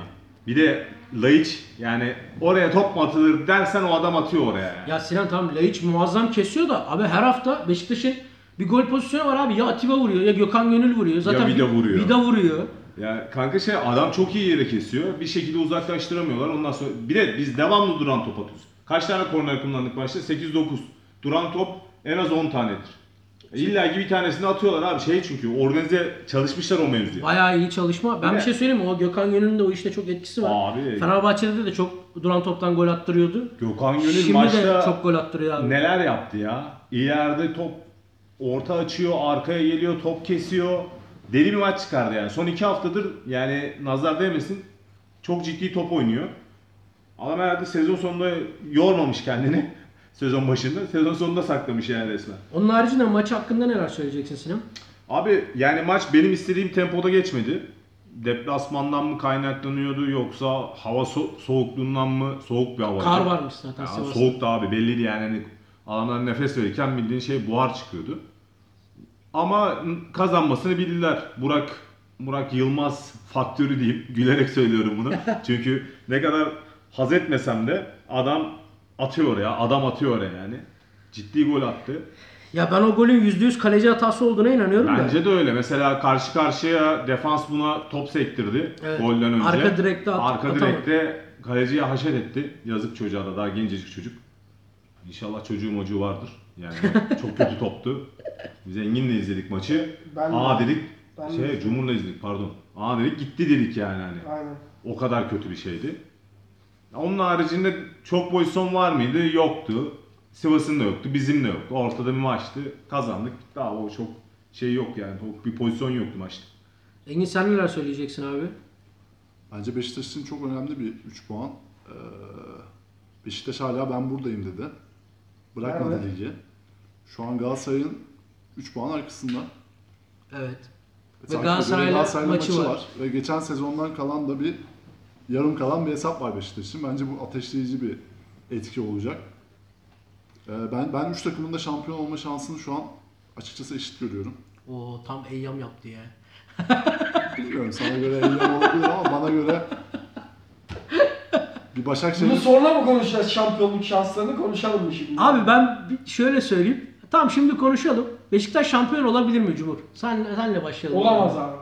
Bir de Laiç yani oraya top mu atılır dersen o adam atıyor oraya. Yani.
Ya Sinan tamam Laiç muazzam kesiyor da abi her hafta Beşiktaş'ın bir gol pozisyonu var abi. Ya Atiba vuruyor ya Gökhan Gönül vuruyor. Zaten
Vida vuruyor.
Vida vuruyor.
Ya kanka şey adam çok iyi yere kesiyor. Bir şekilde uzaklaştıramıyorlar. Ondan sonra bir de biz devamlı duran top atıyoruz. Kaç tane korner kullandık maçta? sekiz dokuz. Duran top en az on tanedir. İlla ki bir tanesini atıyorlar abi şey çünkü organize çalışmışlar o mevzuya.
Bayağı iyi çalışma. Ben
Bir
bir
de-
şey söyleyeyim mi? O Gökhan Gönül'ün de o işte çok etkisi var.
Abi.
Fenerbahçe'de de çok duran toptan gol attırıyordu.
Gökhan Gönül
Şimdi
maçta
de çok gol attırıyor abi.
neler yaptı ya? İleride top orta açıyor, arkaya geliyor, top kesiyor. Deli bir maç çıkardı yani. Son iki haftadır yani nazar değmesin çok ciddi top oynuyor. Adam herhalde sezon sonunda yormamış kendini. Sezon başında. Sezon sonunda saklamış yani resmen.
Onun haricinde maç hakkında neler söyleyeceksin Sinan?
Abi yani maç benim istediğim tempoda geçmedi. Deplasmandan mı kaynaklanıyordu yoksa hava so- soğukluğundan mı? Soğuk bir hava.
Kar varmış zaten
Ya
Sivas'ta.
soğuktu abi belliydi yani hani adamlar nefes verirken bildiğin şey buhar çıkıyordu. Ama kazanmasını bildiler. Burak Burak Yılmaz faktörü deyip gülerek söylüyorum bunu. Çünkü ne kadar haz etmesem de adam atıyor oraya, adam atıyor oraya yani. Ciddi gol attı.
Ya ben o golün yüzde yüz kaleci hatası olduğuna inanıyorum da.
Bence de öyle. Mesela karşı karşıya defans buna top sektirdi
Evet.
golden önce.
Arka direkte at-
Arka
atamadı.
direkte kaleciye haşet etti. Yazık çocuğa da daha gencecik çocuk. İnşallah çocuğu mocuğu vardır. Yani çok kötü toptu. Biz Engin'le izledik maçı.
Ben de.
Aa dedik.
Ben de
şey
izledim.
Cumhur'la izledik pardon. Aa dedik gitti dedik yani hani.
Aynen.
O kadar kötü bir şeydi. Onun haricinde çok pozisyon var mıydı? Yoktu. Sivas'ın da yoktu, bizim de yoktu. Ortada bir maçtı. Kazandık. Daha o çok şey yok yani. O bir pozisyon yoktu maçta.
Engin sen neler söyleyeceksin abi?
Bence Beşiktaş için çok önemli bir üç puan. Ee, Beşiktaş hala ben buradayım dedi. Bırakmadı
Evet.
ligi. Şu an Galatasaray'ın üç puan arkasında.
Evet.
Ve
Galatasaray'la maçı var.
Ve geçen sezondan kalan da bir yarım kalan bir hesap var Beşiktaş'ın. Bence bu ateşleyici bir etki olacak. Ee, ben ben üç takımın da şampiyon olma şansını şu an açıkçası eşit görüyorum.
O tam eyyam yaptı ya.
Bilmiyorum sana göre eyyam olabilir ama bana göre bir Başakşehir.
Bunu sonra mı konuşacağız şampiyonluk şanslarını konuşalım mı şimdi?
Abi ben bir şöyle söyleyeyim. Tamam şimdi konuşalım. Beşiktaş şampiyon olabilir mi Cumhur? Sen senle başlayalım.
Olamaz abi.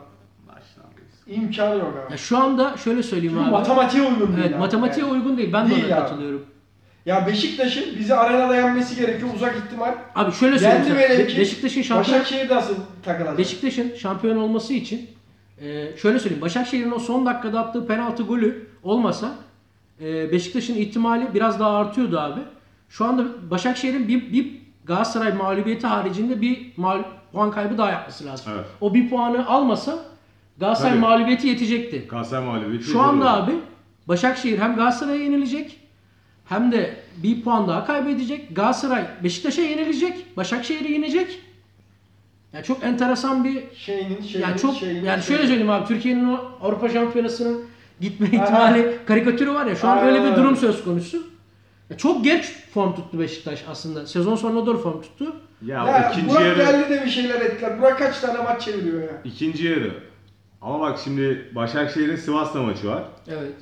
İmkanı yok abi.
Ya şu anda şöyle söyleyeyim
Çünkü
abi.
matematiğe uygun değil.
Evet,
abi.
matematiğe
Yani.
uygun değil. Ben de
Değil
ona
abi.
katılıyorum.
Ya Beşiktaş'ın bizi arenada yenmesi gerekiyor uzak ihtimal.
Abi şöyle söyleyeyim.
Yendi
sana.
velev
Be-
ki
Beşiktaş'ın şampiyon
Başakşehir'de asıl takılacak.
Beşiktaş'ın şampiyon olması için e, şöyle söyleyeyim. Başakşehir'in o son dakikada attığı penaltı golü olmasa e, Beşiktaş'ın ihtimali biraz daha artıyordu abi. Şu anda Başakşehir'in bir, bir Galatasaray mağlubiyeti haricinde bir mal, puan kaybı daha yapması lazım.
Evet.
O bir puanı almasa Galatasaray
Tabii.
mağlubiyeti yetecekti.
Galatasaray mağlubiyeti.
Şu anda abi Başakşehir hem Galatasaray'a yenilecek hem de bir puan daha kaybedecek. Galatasaray Beşiktaş'a yenilecek, Başakşehir'i yenecek. Yani çok enteresan bir
Şeyinin şeyinin
yani çok
şeyinin,
yani şöyle
şeyinin.
söyleyeyim abi Türkiye'nin o Avrupa Şampiyonası'nın gitme ihtimali karikatürü var ya şu an
Aynen
öyle bir
öyle.
durum söz konusu. Ya çok geç form tuttu Beşiktaş aslında. Sezon sonuna doğru form tuttu.
Ya,
Ya
o ikinci
Burak
yarı.
geldi de bir şeyler ettiler. Burak kaç tane maç çeviriyor ya?
İkinci yarı. Ama bak şimdi Başakşehir'in Sivas'la maçı var.
Evet.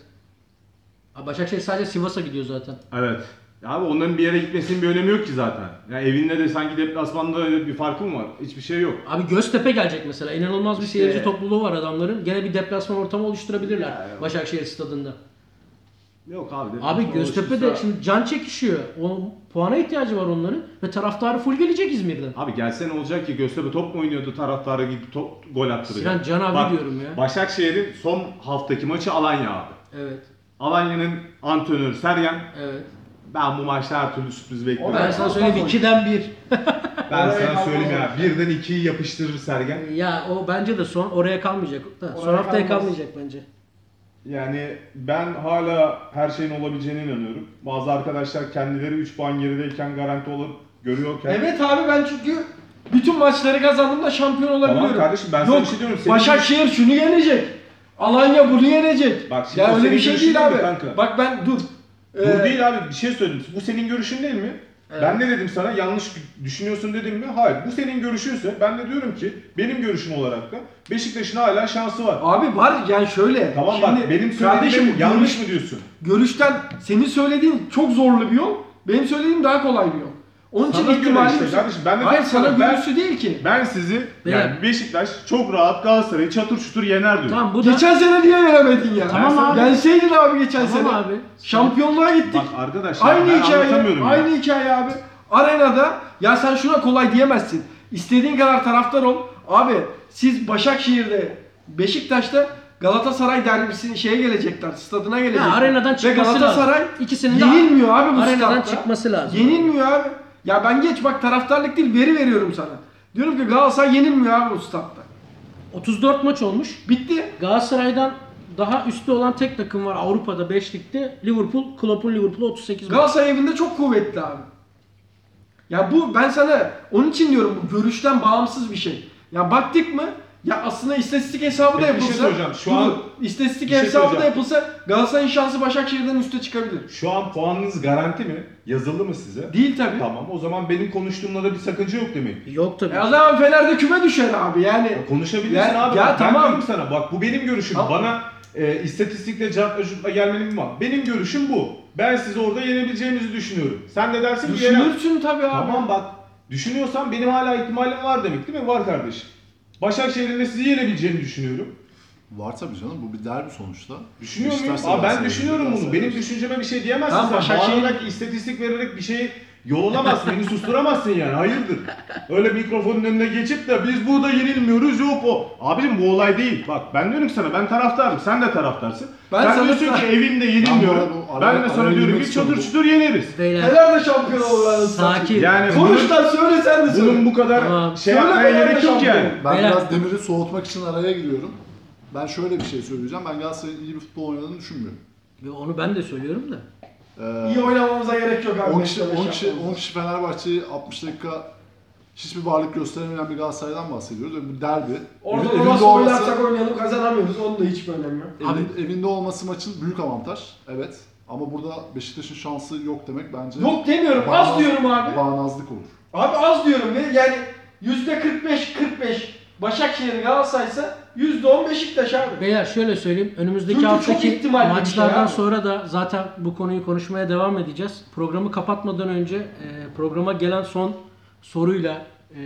Abi Başakşehir sadece Sivas'a gidiyor zaten.
Evet. Ya abi onların bir yere gitmesinin bir önemi yok ki zaten. Ya evinde de sanki deplasmanda öyle bir farkı mı var? Hiçbir şey yok.
Abi Göztepe gelecek mesela. İnanılmaz bir
İşte-
seyirci topluluğu var adamların. Gene bir deplasman ortamı oluşturabilirler
Ya, ya.
Başakşehir stadında.
Yok abi.
Abi
deplasman
Göztepe de
oluşursa-
şimdi can çekişiyor. O puana ihtiyacı var onların ve taraftarı full gelecek İzmir'den.
Abi gelse ne olacak ki? Göztepe top mu oynuyordu taraftarı gibi top, gol attıracak.
Sinan Can abi
Bak,
diyorum ya.
Başakşehir'in son haftaki maçı Alanya abi.
Evet.
Alanya'nın antrenörü Sergen.
Evet.
Ben bu maçta her türlü sürpriz
O
bekliyorum.
Ben
da-
sana söyleyeyim ikiden bir.
Ben
Oraya
sana
kalmaz
söyleyeyim ya.
o.
Birden ikiyi yapıştırır Sergen.
Ya o bence de son oraya kalmayacak. Da, son
Oraya
haftaya
kalmaz.
kalmayacak bence.
Yani ben hala her şeyin olabileceğine inanıyorum. Bazı arkadaşlar kendileri üç puan gerideyken garanti olup görüyorken.
Evet abi ben çünkü bütün maçları kazandım da şampiyon olabiliyorum.
Tamam kardeşim, ben sana
Yok,
bir şey diyorum, senin-
Başakşehir şunu yenecek. Alanya bunu yenecek.
Bak şimdi
ya
o
öyle
senin
bir şey
görüşün
değil
değil
abi.
mi kanka?
Bak ben dur.
Dur
Ee,
değil abi bir şey söyleyeyim. Bu senin görüşün değil mi?
Evet.
Ben ne dedim sana? Yanlış düşünüyorsun dedim mi? Hayır. Bu senin görüşünse ben de diyorum ki benim görüşüm olarak da Beşiktaş'ın hala şansı var.
Abi var yani şöyle.
Tamam
şimdi
bak benim
kardeşim
söylediğim yanlış
görüş-
mı diyorsun?
Görüşten senin söylediğin çok zorlu bir yol. Benim söylediğim daha kolay bir yol. Onun için
Sana göre
ihtimali
işte
yüksek.
kardeşim, ben de
Hayır
diyorum
sana
sana, ben-
görüşü değil ki.
Ben sizi
Beyler.
yani Beşiktaş çok rahat Galatasaray'ı çatır çutur yener diyorum.
Tamam bu da
Geçen sene niye veremedin ya?
Tamam
Ben-
abi.
Gelseydin abi geçen
Tamam
sene.
abi.
Şampiyonluğa gittik.
Bak arkadaşlar
Aynı
ben
hikaye,
anlatamıyorum ya.
aynı hikaye abi. Arenada ya sen şuna kolay diyemezsin. İstediğin kadar taraftar ol. Abi siz Başakşehir'de, Beşiktaş'ta Galatasaray derbisinin şeye gelecekler, stadına gelecekler.
Ha, arenadan
Ve
çıkması
Galatasaray
lazım. İkisinin de
yenilmiyor abi bu
arenadan
statta.
çıkması lazım.
Yenilmiyor abi. Ya ben geç bak taraftarlık değil veri veriyorum sana. Diyorum ki Galatasaray yenilmiyor abi bu statta.
otuz dört maç olmuş.
Bitti.
Galatasaray'dan daha üstte olan tek takım var Avrupa'da beş ligde. Liverpool. Klopp'un Liverpool'u otuz sekiz maç.
Galatasaray evinde çok kuvvetli abi. Ya bu ben sana onun için diyorum bu görüşten bağımsız bir şey. Ya baktık mı ya aslında istatistik hesabı da
Peki bir şey
yapılsa
söyleyeceğim. Şu an-
dur, istatistik
bir şey
hesabı da
söyleyeceğim.
yapılsa Galatasaray'ın şansı Başakşehir'den üste çıkabilir.
Şu an puanınız garanti mi? Yazılı mı size?
Değil tabii.
Tamam o zaman benim konuştuğumda da bir sakınca yok demek.
Yok tabii.
E o zaman Fener'de küme düşer abi yani.
Ya konuşabilirsin
Ya-
abi.
ya
Bak,
tamam.
Ben diyorum sana bak bu benim görüşüm.
Tamam.
Bana e, istatistikle cartla curtla gelmenin var. Benim görüşüm bu. Ben sizi orada yenebileceğinizi düşünüyorum. Sen de dersin ki yener.
Düşünürsün tabii abi.
Tamam bak düşünüyorsan benim hala ihtimalim var demek değil mi? Var kardeşim. Başakşehir'in de sizi yenebileceğini düşünüyorum.
Var tabii canım, bu bir derbi sonuçta.
Düşünüyor muyum?
Beşiktaş da
Aa, ben
Galatasaray,
düşünüyorum bunu.
Galatasaray.
Benim düşünceme bir şey diyemezsin
Tamam,
sen.
Başakşehir-
Bağırarak, istatistik vererek bir şeyi yol olamazsın. Beni susturamazsın yani. Hayırdır? Öyle mikrofonun önüne geçip de biz burada yenilmiyoruz yok o. Abicim bu olay değil. Bak ben diyorum ki sana ben taraftarım. Sen de taraftarsın.
Ben
sen
sana-
diyorsun ki evimde
Ben
yenilmiyorum.
bu arada-
Ben de
araya-
sana
araya
diyorum
girmek
ki çatır
istiyorum.
çutur yeneriz.
Beyler.
Fener de şampiyon olur anasını
Sakin.
satayım.
Yani
Konuş
bunun-
lan söyle sen de söyle.
Bunun bu kadar
Tamam.
şey
Söyle
yapmaya
Fener
gerek
de
yok yani.
şampiyon.
Ben
Beyler-
biraz Demir'i soğutmak için araya giriyorum. Ben şöyle bir şey söyleyeceğim. Ben Galatasaray'ın iyi bir futbol oynadığını düşünmüyorum.
Ve onu ben de söylüyorum da.
Ee,
İyi oynamamıza gerek yok abi.
on kişi,
Beşiktaş
on kişi,
şampiyon.
on kişi Fenerbahçe'yi altmış dakika hiçbir varlık gösteremeyen bir Galatasaray'dan bahsediyoruz. Ve bu derbi.
Orada
Evin-
da
evinde
nasıl
olması,
oynarsak oynayalım kazanamıyoruz. Onun da hiçbir önemi yok.
evin- evinde olması maçın büyük avantaj. Evet. Ama burada Beşiktaş'ın şansı yok demek bence
Yok demiyorum az
bağnaz-
diyorum abi.
bağnazlık olur.
Abi az diyorum ve yani yüzde kırk beş kırk beş Başakşehir Galatasaray'sa yüzde on Beşiktaş abi.
Beyler şöyle söyleyeyim. Önümüzdeki
Çünkü çok
haftaki
ihtimalli bir şey
maçlardan
abi.
sonra da zaten bu konuyu konuşmaya devam edeceğiz. Programı kapatmadan önce e, programa gelen son soruyla e,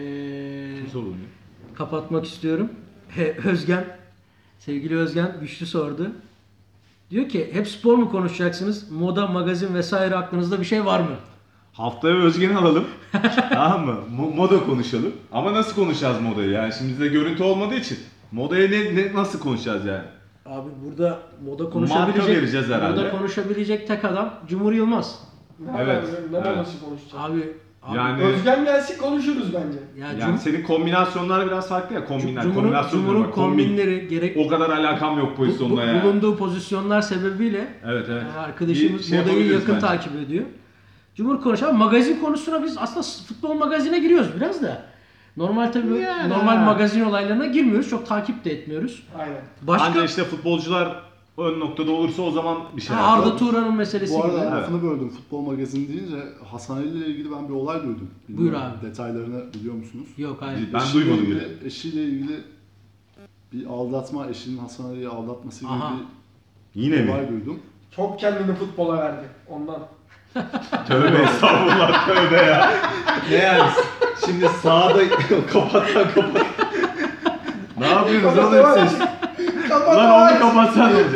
kapatmak istiyorum. He, Özgen, sevgili Özgen Güçlü sordu. Diyor ki hep spor mu konuşacaksınız? Moda, magazin vesaire aklınızda bir şey var mı?
Haftaya Özgen'i alalım. Tamam mı? Mo- moda konuşalım. Ama nasıl konuşacağız modayı? Yani şimdi bizde görüntü olmadığı için. Modayı ne, ne nasıl konuşacağız yani?
Abi burada moda
Marka
konuşabilecek,
vereceğiz herhalde.
moda konuşabilecek tek adam Cumhur Yılmaz.
Evet,
Ne
evet.
nasıl konuşacağız?
Abi, abi
Yani
Özgen gelsin konuşuruz bence.
ya
yani
Cum-
senin kombinasyonlar biraz farklı ya. Kombinler,
Cumhur'un,
kombinasyonlar
Cumhur'un
var. Kombin.
kombinleri gerek
O kadar alakam yok
bu-
pozisyonla
bu-
ya.
bulunduğu pozisyonlar sebebiyle
Evet evet.
e, arkadaşımız
Bir şey
modayı
yapabiliriz
yakın
bence.
takip ediyor. Cumhur konuşuyor ama magazin konusuna biz aslında futbol magazine giriyoruz biraz da. Normal tabii
Yani.
normal magazin olaylarına girmiyoruz. Çok takip de etmiyoruz.
Aynen.
Başka
Anca işte futbolcular ön noktada olursa o zaman bir şey
Ha, Arda
yapalım.
Turan'ın meselesi
Bu arada
gibi.
lafını böldüm. Futbol magazini deyince Hasan Ali ile ilgili ben bir olay duydum. Bilmiyorum,
Buyur abi.
Detaylarını biliyor musunuz?
Yok hayır.
Ben
Eşiyle
duymadım
ilgili-
bile.
Eşiyle ilgili bir aldatma, eşinin Hasan Ali'yi aldatması gibi
Aha.
Yine
bir
mi?
olay duydum.
Çok kendini futbola verdi ondan.
Tövbe estağfurullah tövbe ya. Ne yani? Şimdi sağda kapat lan kapat. Ne yapıyorsunuz oğlum siz? Lan onu kapatsan önce.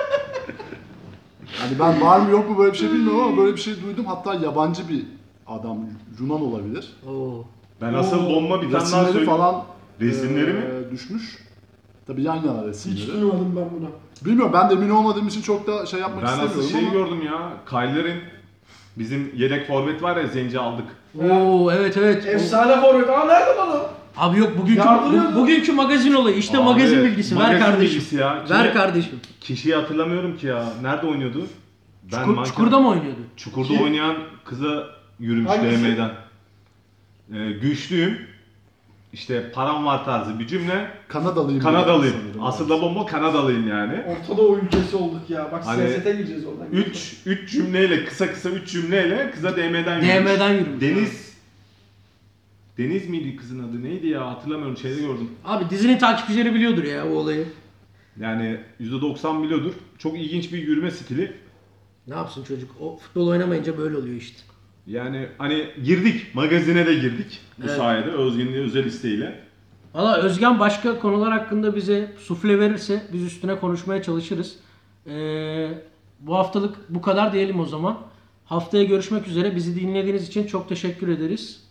Hani ben var mı yok mu böyle bir şey bilmiyorum ama böyle bir şey duydum. Hatta yabancı bir adam, Yunan olabilir.
Oo.
Ben asıl bomba bir tane daha
Resimleri
söyleyeyim.
falan
Resimleri mi?
e, düşmüş. Tabii yan yana
Hiç
resimleri.
duymadım ben bunu.
Bilmiyorum, ben de emin olmadığım için çok da şey yapmak
Ben
istemiyorum
asıl şeyi
ama.
gördüm ya. Kyler'in bizim yedek forvet var ya Zenci aldık.
Oo evet evet.
Efsane forvet. Aa nerede lan o?
Abi yok bugünkü
Yardırıyordu.
bu- bugünkü magazin olayı. İşte
Abi,
magazin bilgisi. Ver
magazin
kardeşim.
bilgisi ya.
Ver
Kime-
kardeşim.
Kişiyi hatırlamıyorum ki ya. Nerede oynuyordu? Ben
Çukur,
manken-
Çukur'da mı oynuyordu?
Çukur'da
Kim?
oynayan kıza yürümüş
Hangisi?
D M'den. Ee, güçlüyüm. işte param var tarzı bir cümle.
Kanadalıyım.
Kanadalıyım.
sanırım.
Aslında bomba Kanadalıyım yani.
Orta Doğu ülkesi olduk ya. Bak
Hani
siyasete gireceğiz oradan.
üç üç cümleyle kısa kısa üç cümleyle kıza D M'den yürümüş.
D M'den yürümüş.
Deniz Deniz miydi kızın adı? Neydi ya? Hatırlamıyorum. Şeyde gördüm.
Abi dizinin takipçileri biliyordur ya bu olayı.
Yani yüzde doksan biliyordur. Çok ilginç bir yürüme stili.
Ne yapsın çocuk? O futbol oynamayınca böyle oluyor işte.
Yani hani girdik. Magazine de girdik. Bu
Evet.
sayede Özgen'in özel isteğiyle.
Valla Özgen başka konular hakkında bize sufle verirse biz üstüne konuşmaya çalışırız. Ee, bu haftalık bu kadar diyelim o zaman. Haftaya görüşmek üzere. Bizi dinlediğiniz için çok teşekkür ederiz.